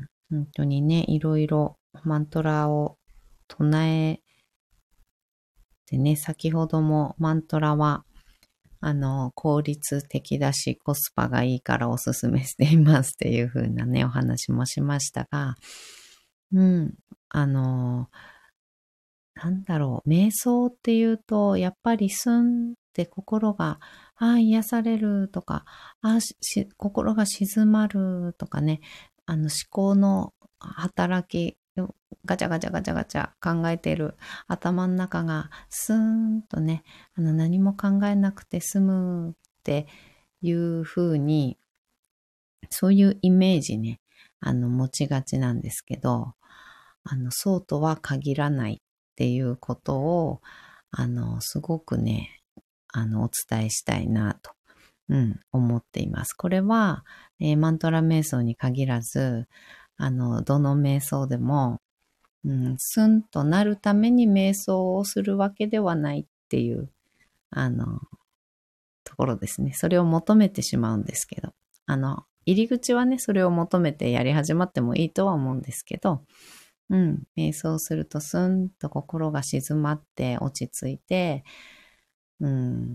本当にね、いろいろマントラを唱えてね、先ほどもマントラは、あの、効率的だし、コスパがいいからおすすめしていますっていう風なね、お話もしましたが、うん、あの、なんだろう、瞑想っていうと、やっぱりスンって心が、ああ、癒されるとか、ああ、し、し心が静まるとかね、あの思考の働き、ガチャガチャガチャガチャ考えてる頭の中がスーンとね、あの何も考えなくて済むっていう風に、そういうイメージね、あの持ちがちなんですけど、あの、そうとは限らないっていうことを、あの、すごくね、あの、お伝えしたいなと、うん、思っています。これは、えーマントラ瞑想に限らず、あの、どの瞑想でも、うん、スンとなるために瞑想をするわけではないっていう、あの、ところですね。それを求めてしまうんですけど、あの、入り口はね、それを求めてやり始まってもいいとは思うんですけど、うん、瞑想するとスンと心が静まって落ち着いて、うん、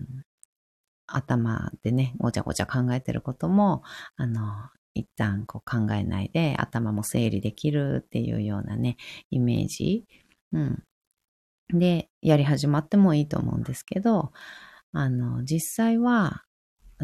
頭でね、ごちゃごちゃ考えてることも、あの、一旦こう考えないで頭も整理できるっていうようなね、イメージ、うん、で、やり始まってもいいと思うんですけど、あの、実際は、うん、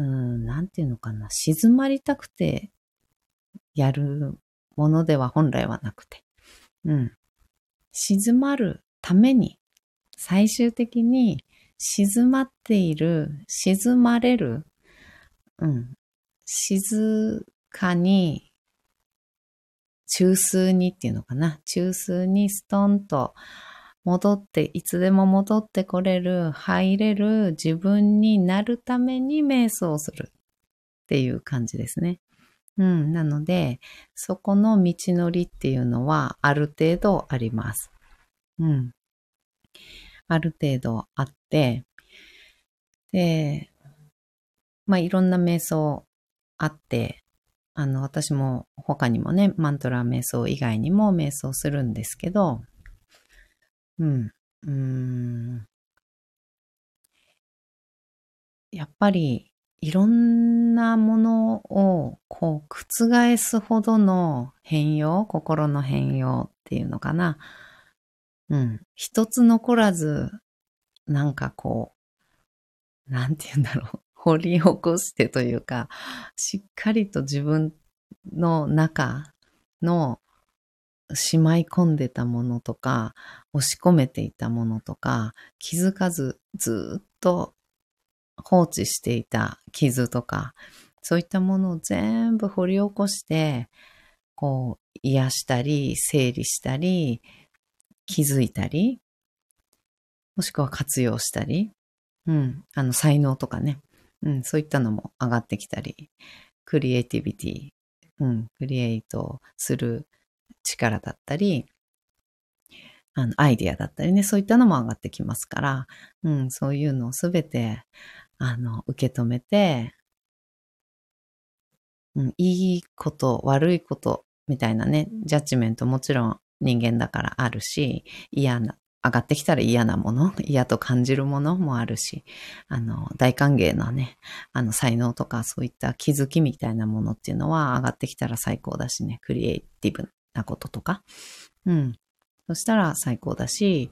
なんていうのかな、静まりたくてやるものでは本来はなくて、うん、静まるために、最終的に静まっている、静まれる、うん、静かに、中枢にっていうのかな、中枢にストンと戻って、いつでも戻ってこれる、入れる自分になるために瞑想するっていう感じですね。うん、なので、そこの道のりっていうのはある程度あります。うん。ある程度あって、で、まあいろんな瞑想あって、あの私も他にもね、マントラ瞑想以外にも瞑想するんですけど、うん、うーん、やっぱりいろんなものをこう覆すほどの変容、心の変容っていうのかな。 うん。一つ残らず、なんかこう、なんて言うんだろう。掘り起こしてというか、しっかりと自分の中のしまい込んでたものとか、押し込めていたものとか、気づかずずっと放置していた傷とか、そういったものを全部掘り起こして、こう、癒したり、整理したり、気づいたり、もしくは活用したり、うん、あの、才能とかね、うん、そういったのも上がってきたり、クリエイティビティ、うん、クリエイトする力だったり、あの、アイディアだったりね、そういったのも上がってきますから、うん、そういうのをすべて、あの、受け止めて、うん、いいこと、悪いこと、みたいなね、ジャッジメントもちろん人間だからあるし、嫌な、上がってきたら嫌なもの、嫌と感じるものもあるし、あの、大歓迎なね、あの、才能とかそういった気づきみたいなものっていうのは上がってきたら最高だしね、クリエイティブなこととか。うん。そしたら最高だし、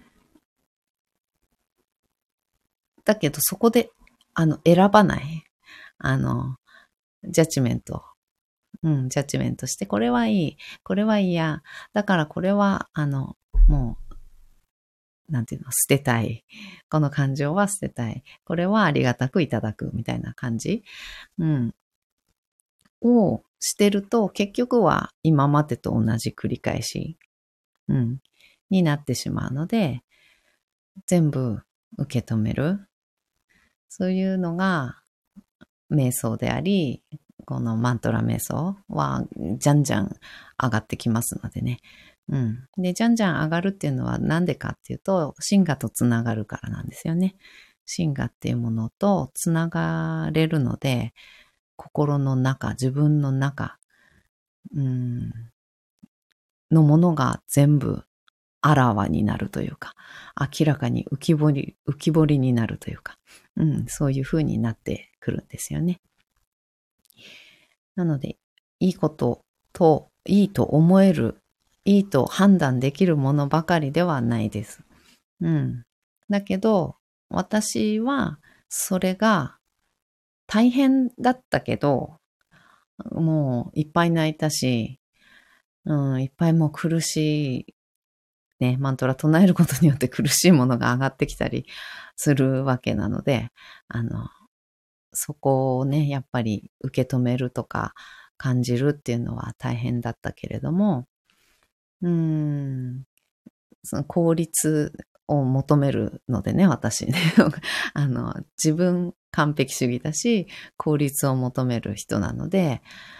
だけどそこで、あの、選ばない。あの、ジャッジメント。うん、ジャッジメントして、これはいい、これは嫌。だからこれは、あの、もう、なんていうの、捨てたい。この感情は捨てたい。これはありがたくいただく、みたいな感じ。うん。をしてると、結局は今までと同じ繰り返し、うん、になってしまうので、全部受け止める。そういうのが、瞑想であり、このマントラ瞑想は、じゃんじゃん上がってきますのでね。うん。で、じゃんじゃん上がるっていうのはなんでかっていうと、真我とつながるからなんですよね。真我っていうものとつながれるので、心の中、自分の中、うん、のものが全部あらわになるというか、明らかに浮き彫り、浮き彫りになるというか、うん、そういう風になってくるんですよね。なので、いいことと、いいと思える、いいと判断できるものばかりではないです。うん。だけど、私は、それが大変だったけど、もういっぱい泣いたし、うん、いっぱいもう苦しい、ね、マントラ唱えることによって苦しいものが上がってきたりするわけなので、あの、そこをね、やっぱり受け止めるとか感じるっていうのは大変だったけれども、うーん、その効率を求めるのでね、私ね。あの、自分完璧主義だし、効率を求める人なので、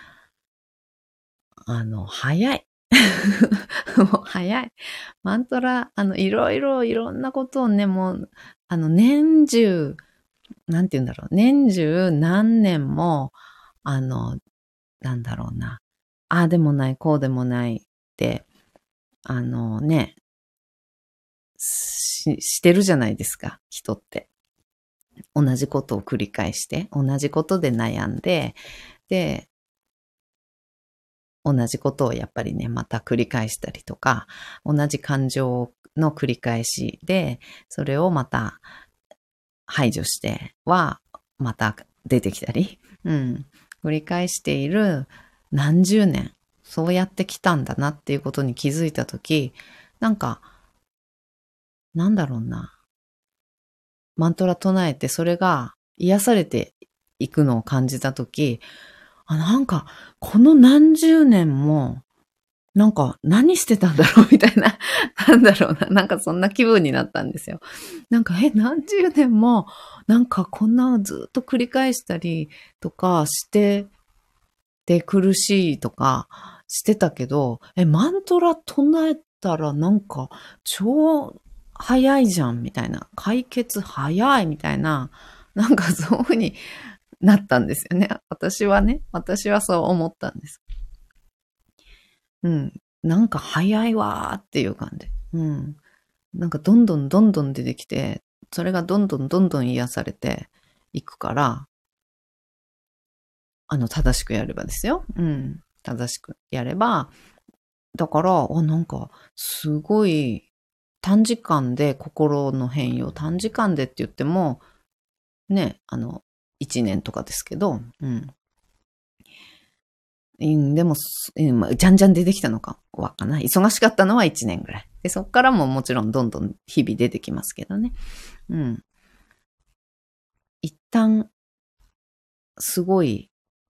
あの、早い。もう早い。マントラ、あの、いろいろ、いろんなことをね、もう、あの、年中、なんて言うんだろう、年中何年も、あの、なんだろうな、ああでもない、こうでもないって、あのね、し、してるじゃないですか、人って。同じことを繰り返して、同じことで悩んで、で、同じことをやっぱりね、また繰り返したりとか、同じ感情の繰り返しで、それをまた排除しては、また出てきたり、うん、繰り返している何十年、そうやってきたんだなっていうことに気づいたとき、なんか、なんだろうな、マントラ唱えてそれが癒されていくのを感じたとき、あ、なんか、この何十年も、なんか、何してたんだろうみたいな、なんだろうな、なんかそんな気分になったんですよ。なんか、え、何十年も、なんかこんなずっと繰り返したりとかしてて苦しいとかしてたけど、え、マントラ唱えたらなんか超早いじゃんみたいな、解決早いみたいな、なんかそういう風になったんですよね。私はね、私はそう思ったんです。うん。なんか早いわーっていう感じ。うん。なんかどんどんどんどん出てきて、それがどんどんどんどん癒されていくから、あの、正しくやればですよ。うん。正しくやれば、だから、あ、なんか、すごい短時間で心の変容、短時間でって言っても、ね、あの、一年とかですけど、うん。うん、でも、うん、まあ、じゃんじゃん出てきたのかわかんない。忙しかったのは一年ぐらい。で、そっからももちろんどんどん日々出てきますけどね。うん。一旦、すごい、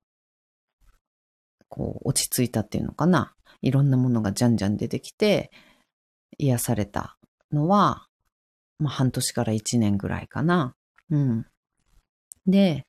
こう、落ち着いたっていうのかな。いろんなものがじゃんじゃん出てきて、癒されたのは、まあ、半年から一年ぐらいかな。うん。で、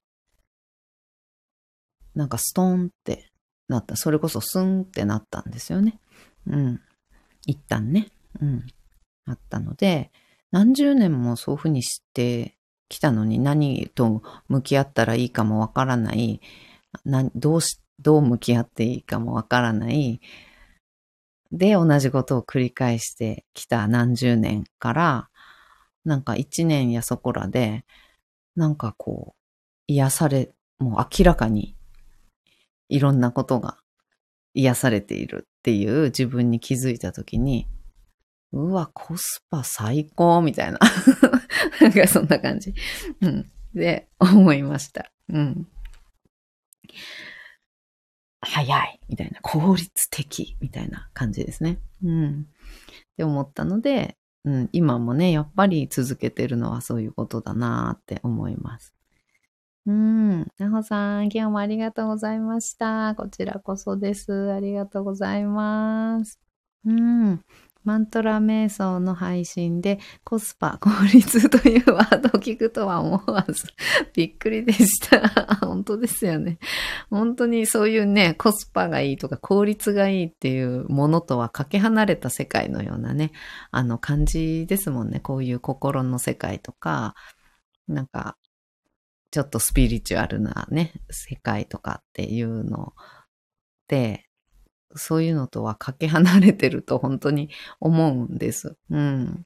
なんかストーンってなった。それこそスンってなったんですよね。うん。一旦ね。うん。あったので、何十年もそういうふうにしてきたのに何と向き合ったらいいかもわからない、などうし、どう向き合っていいかもわからない、で、同じことを繰り返してきた何十年から、なんか一年やそこらで、なんかこう、癒され、もう明らかにいろんなことが癒されているっていう自分に気づいたときに、うわ、コスパ最高みたいな。なんかそんな感じ。うん。で、思いました。うん。早いみたいな。効率的みたいな感じですね。うん。って思ったので、うん、今もね、やっぱり続けてるのはそういうことだなって思います。うん。なほさん、今日もありがとうございました。こちらこそです。ありがとうございます。うん。マントラ瞑想の配信でコスパ、効率というワードを聞くとは思わずびっくりでした。本当ですよね。本当にそういうね、コスパがいいとか効率がいいっていうものとはかけ離れた世界のようなね、あの感じですもんね。こういう心の世界とか、なんかちょっとスピリチュアルなね、世界とかっていうのって、そういうのとはかけ離れてると本当に思うんです。うん。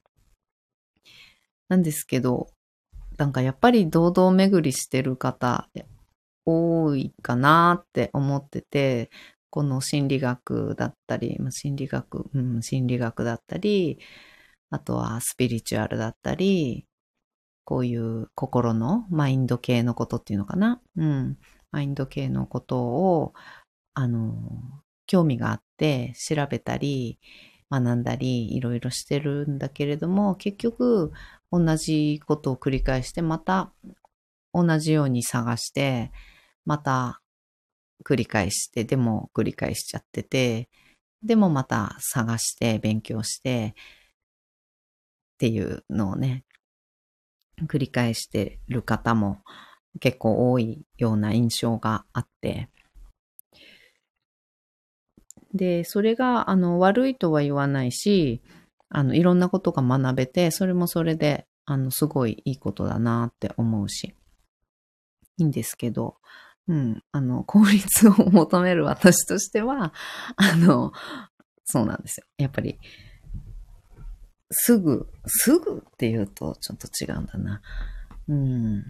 なんですけど、なんかやっぱり堂々巡りしてる方多いかなって思ってて、この心理学だったり、心理学、うん、心理学だったり、あとはスピリチュアルだったり、こういう心のマインド系のことっていうのかな。うん。マインド系のことを、あの、興味があって調べたり、学んだり、いろいろしてるんだけれども、結局、同じことを繰り返して、また同じように探して、また繰り返して、でも繰り返しちゃってて、でもまた探して勉強してっていうのをね、繰り返してる方も結構多いような印象があって、で、それがあの悪いとは言わないし、あのいろんなことが学べて、それもそれであのすごいいいことだなって思うし、いいんですけど、うん、あの効率を求める私としては、あの、そうなんですよ。やっぱりすぐ、すぐって言うとちょっと違うんだな。うん。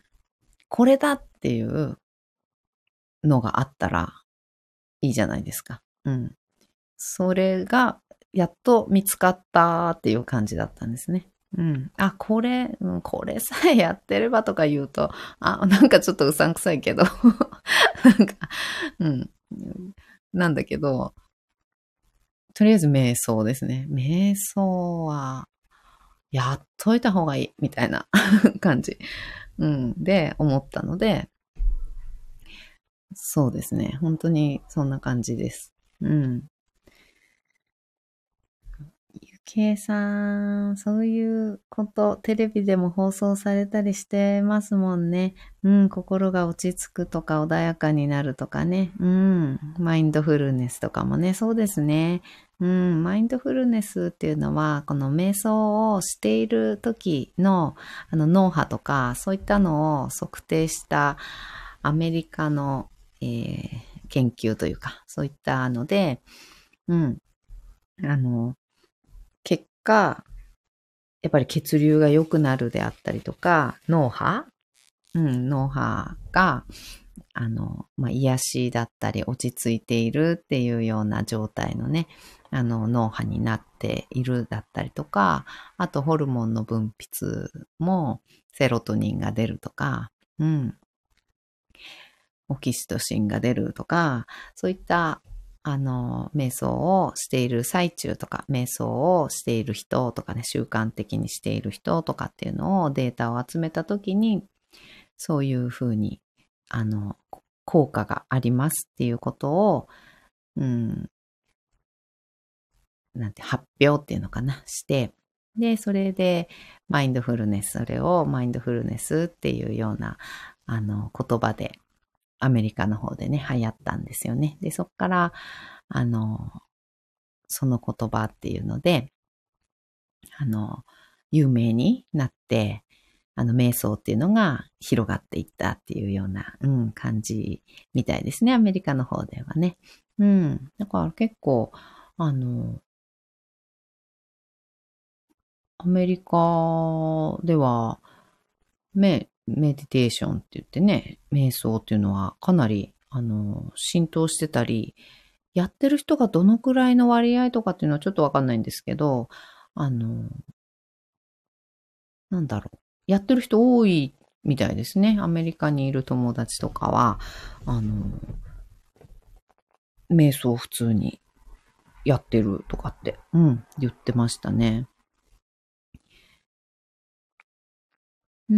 これだっていうのがあったらいいじゃないですか。うん。それがやっと見つかったっていう感じだったんですね。うん。あ、これ、うん、これさえやってればとか言うと、あ、なんかちょっとうさんくさいけど、なんか、うん。なんだけど、とりあえず瞑想ですね。瞑想は、やっといた方がいい、みたいな感じ。うん。で、思ったので、そうですね。本当にそんな感じです。うん。ゆきえさん、そういうこと、テレビでも放送されたりしてますもんね。うん、心が落ち着くとか穏やかになるとかね。うん、マインドフルネスとかもね、そうですね。うん、マインドフルネスっていうのは、この瞑想をしている時の、あの脳波とか、そういったのを測定したアメリカの、えー研究というか、そういったので、うん、あの、結果、やっぱり血流が良くなるであったりとか、脳波うん、脳波が、あの、まあ、癒しだったり落ち着いているっていうような状態のね、 あの、脳波になっているだったりとか、あとホルモンの分泌もセロトニンが出るとか、うん、オキシトシンが出るとか、そういった、あの、瞑想をしている最中とか、瞑想をしている人とかね、習慣的にしている人とかっていうのをデータを集めたときに、そういうふうに、あの、効果がありますっていうことを、うん、なんて発表っていうのかな、して、で、それで、マインドフルネス、それをマインドフルネスっていうような、あの、言葉で、アメリカの方でね、流行ったんですよね。で、そっから、あの、その言葉っていうので、あの、有名になって、あの、瞑想っていうのが広がっていったっていうような、うん、感じみたいですね。アメリカの方ではね。うん。だから結構、あの、アメリカでは、メ、メディテーションって言ってね、瞑想っていうのはかなり、あの、浸透してたり、やってる人がどのくらいの割合とかっていうのはちょっとわかんないんですけど、あの、なんだろう。やってる人多いみたいですね。アメリカにいる友達とかは、あの、瞑想普通にやってるとかって、うん、言ってましたね。うん。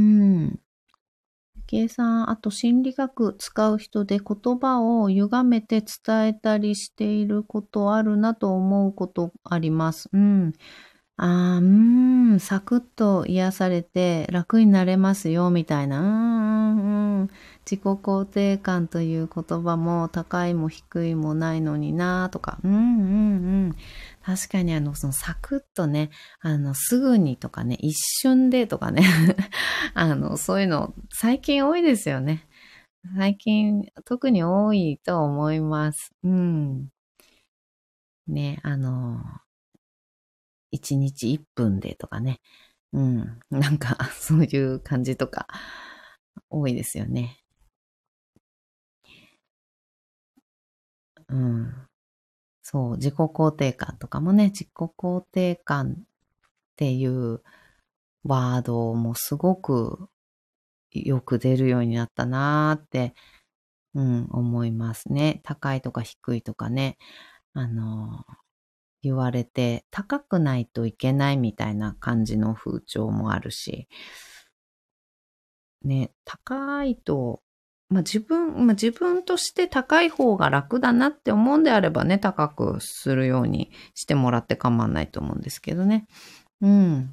計算、あと心理学使う人で言葉を歪めて伝えたりしていることあるなと思うことあります。うん。ああ、うーん、サクッと癒されて楽になれますよ、みたいな。うんうんうん。自己肯定感という言葉も高いも低いもないのにな、とか。うんうんうん。確かにあの、そのサクッとね、あの、すぐにとかね、一瞬でとかね。あの、そういうの最近多いですよね。最近特に多いと思います。うん。ね、あの、いちにちいっぷんでとかね。うん。なんか、そういう感じとか、多いですよね。うん。そう、自己肯定感とかもね、自己肯定感っていうワードもすごくよく出るようになったなーって、うん、思いますね。高いとか低いとかね、あの、言われて、高くないといけないみたいな感じの風潮もあるし、ね、高いと、まあ、自分、まあ、自分として高い方が楽だなって思うんであればね、高くするようにしてもらって構わないと思うんですけどね。うん。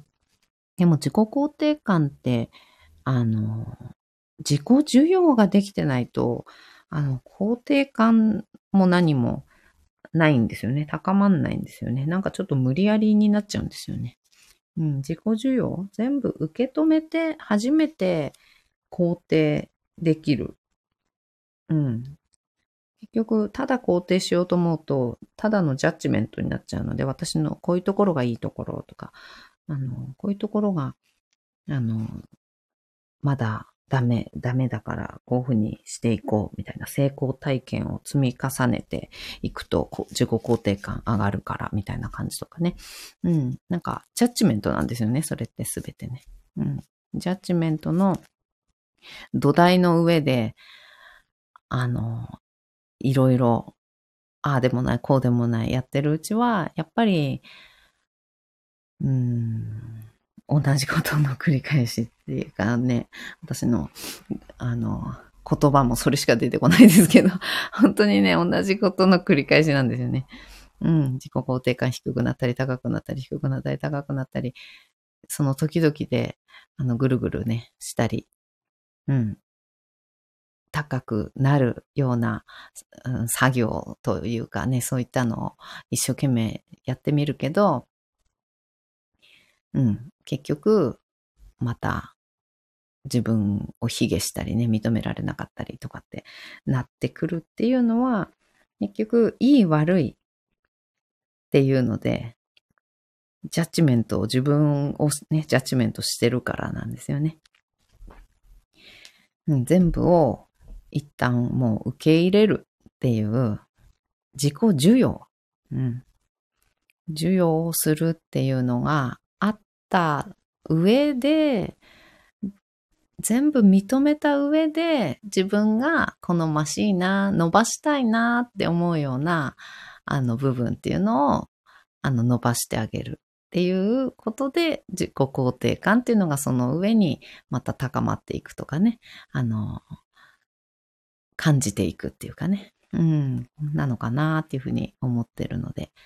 でも自己肯定感って、あの、自己需要ができてないと、あの、肯定感も何もないんですよね。高まんないんですよね。なんかちょっと無理やりになっちゃうんですよね。うん、自己需要全部受け止めて初めて肯定できる。うん。結局、ただ肯定しようと思うと、ただのジャッジメントになっちゃうので、私のこういうところがいいところとか、あの、こういうところが、あの、まだダメ、ダメだから、こういうふうにしていこう、みたいな成功体験を積み重ねていくと、自己肯定感上がるから、みたいな感じとかね。うん。なんか、ジャッジメントなんですよね、それってすべてね。うん。ジャッジメントの土台の上で、あの、いろいろ、ああでもない、こうでもない、やってるうちは、やっぱり、うーん、同じことの繰り返しっていうかね、私の、あの、言葉もそれしか出てこないですけど、本当にね、同じことの繰り返しなんですよね。うん、自己肯定感低くなったり、高くなったり、低くなったり、高くなったり、その時々で、あの、ぐるぐるね、したり、うん、高くなるような、うん、作業というかね、そういったのを一生懸命やってみるけど、うん、結局、また自分を卑下したりね、認められなかったりとかってなってくるっていうのは、結局、いい悪いっていうので、ジャッジメントを自分をね、ジャッジメントしてるからなんですよね。うん、全部を一旦もう受け入れるっていう自己需要。うん。 授与をするっていうのがあった上で、全部認めた上で、自分が好ましいな、伸ばしたいなって思うような、あの部分っていうのを、あの伸ばしてあげるっていうことで、自己肯定感っていうのがその上にまた高まっていくとかね、あの、感じていくっていうかね、うん、なのかなっていうふうに思ってるので。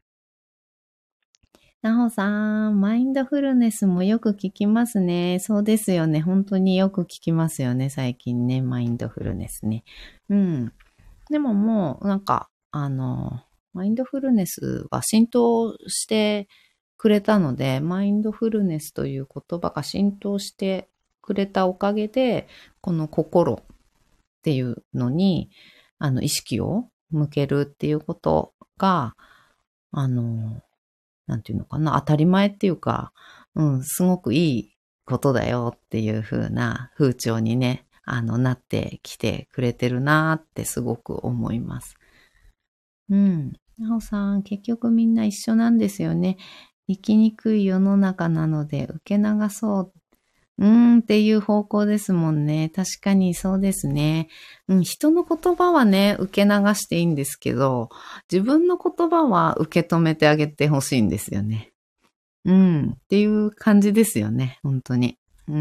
なほさん、マインドフルネスもよく聞きますね。そうですよね。本当によく聞きますよね。最近ね、マインドフルネスね。うん。でももう、なんか、あの、マインドフルネスは浸透してくれたので、マインドフルネスという言葉が浸透してくれたおかげで、この心っていうのに、あの、意識を向けるっていうことが、あの、なんていうのかな、当たり前っていうか、うん、すごくいいことだよっていう風な風潮にね、あの、なってきてくれてるなーってすごく思います。うん。なおさん、結局みんな一緒なんですよね。生きにくい世の中なので受け流そううーんっていう方向ですもんね。確かにそうですね。うん、人の言葉はね、受け流していいんですけど、自分の言葉は受け止めてあげてほしいんですよね。うん、っていう感じですよね。本当に。うん。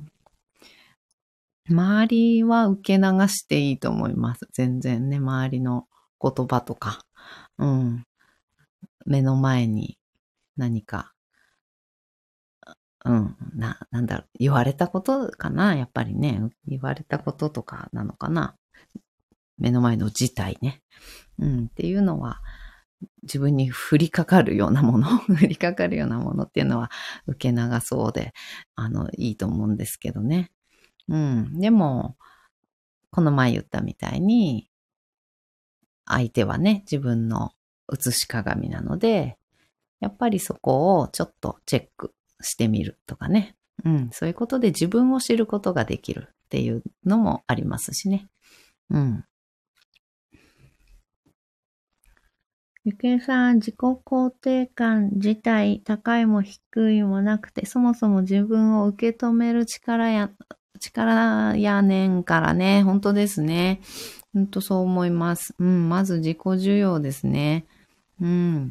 周りは受け流していいと思います。全然ね、周りの言葉とか。うん。目の前に何か、うん、な、なんだろう、言われたことかな、やっぱりね。言われたこととかなのかな。目の前の事態ね。うん、っていうのは、自分に降りかかるようなもの、降りかかるようなものっていうのは受け流そうで、あの、いいと思うんですけどね。うん。でも、この前言ったみたいに、相手はね、自分の映し鏡なので、やっぱりそこをちょっとチェックしてみるとかね。うん。そういうことで自分を知ることができるっていうのもありますしね。うん。ゆけいさん、自己肯定感自体高いも低いもなくて、そもそも自分を受け止める力や、力やねんからね、本当ですね。本当そう思います。うん、まず自己需要ですね。うん、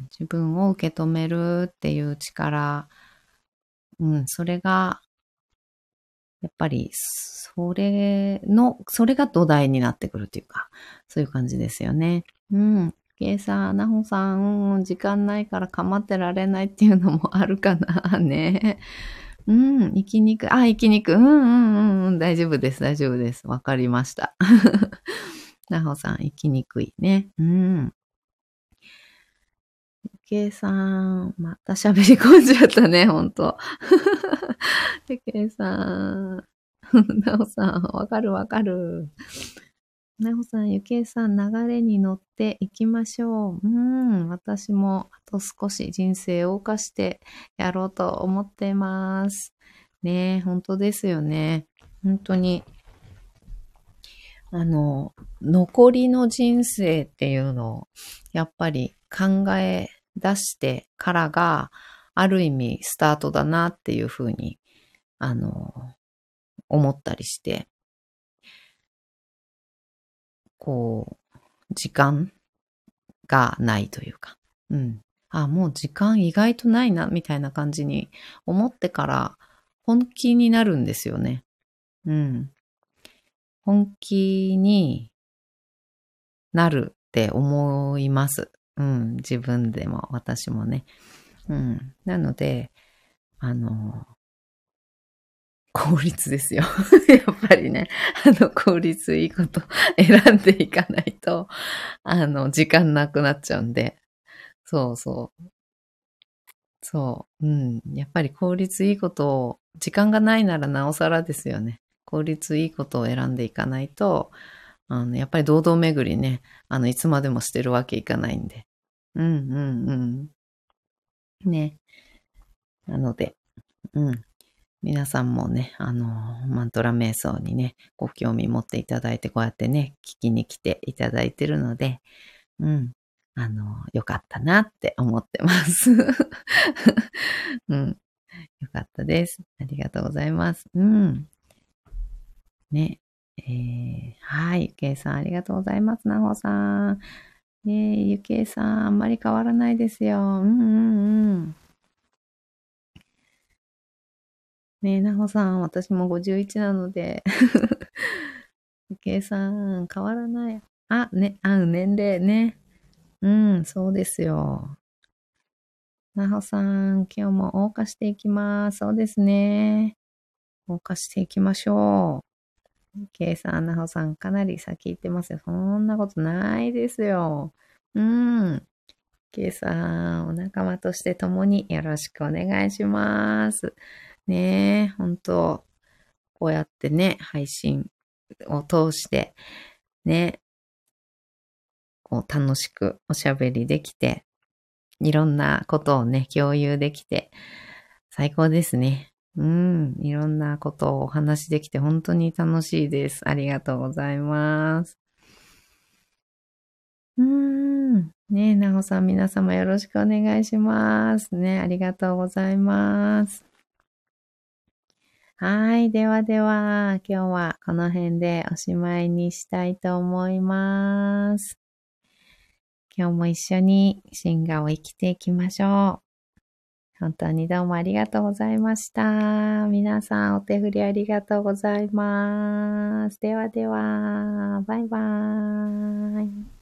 自分を受け止めるっていう力。うん、それが、やっぱり、それの、それが土台になってくるっていうか、そういう感じですよね。うん。ケイさん、ナホさん、うん、時間ないから構ってられないっていうのもあるかなね。うん、生きにくい。あ、生きにくい。うんうんうん、大丈夫です、大丈夫です。わかりました。ナホさん、生きにくいね。うん。ケイさん、また喋り込んじゃったね、ほんと。ケイさん、ナホさん、わかるわかる。なほさん、ゆきえさん、流れに乗っていきましょう。うん、私もあと少し人生を謳歌してやろうと思ってます。ねえ、本当ですよね。本当に、あの、残りの人生っていうのを、やっぱり考え出してからが、ある意味スタートだなっていうふうに、あの、思ったりして、こう、時間がないというか、うん。あ、もう時間意外とないな、みたいな感じに思ってから本気になるんですよね。うん。本気になるって思います。うん。自分でも私もね。うん。なので、あの、効率ですよ。やっぱりね、あの、効率いいこと選んでいかないと、あの、時間なくなっちゃうんで。そうそう。そう。うん。やっぱり効率いいことを、時間がないならなおさらですよね。効率いいことを選んでいかないと、あの、やっぱり堂々巡りね、あの、いつまでもしてるわけいかないんで。うんうんうん。ね。なので、うん。皆さんもね、あの、マントラ瞑想にね、ご興味持っていただいて、こうやってね、聞きに来ていただいてるので、うん。 あの、よかったなって思ってます。うん。よかったです。ありがとうございます。うん。ね。えー、はい。ゆけいさん、ありがとうございます。なほさん。ねえ、ゆけいさん、あんまり変わらないですよ。うんうんうん。ねえ、なほさん、私もごじゅういちなので、ゆけいさん、変わらない。あ、ね、あ、年齢ね。うん、そうですよ。なほさん、今日も謳歌していきます。そうですね。謳歌していきましょう。ケイさん、なほさん、かなり先行ってますよ。そんなことないですよ。うん。ケイさん、お仲間として共によろしくお願いします。ねえ、本当こうやってね、配信を通して、ね、こう楽しくおしゃべりできて、いろんなことをね、共有できて、最高ですね。うん。いろんなことをお話しできて本当に楽しいです。ありがとうございます。うーん。ねえ、なほさん皆様よろしくお願いします。ね、ありがとうございます。はい。ではでは、今日はこの辺でおしまいにしたいと思います。今日も一緒に進化を生きていきましょう。本当にどうもありがとうございました。皆さんお手振りありがとうございます。ではでは、バイバーイ。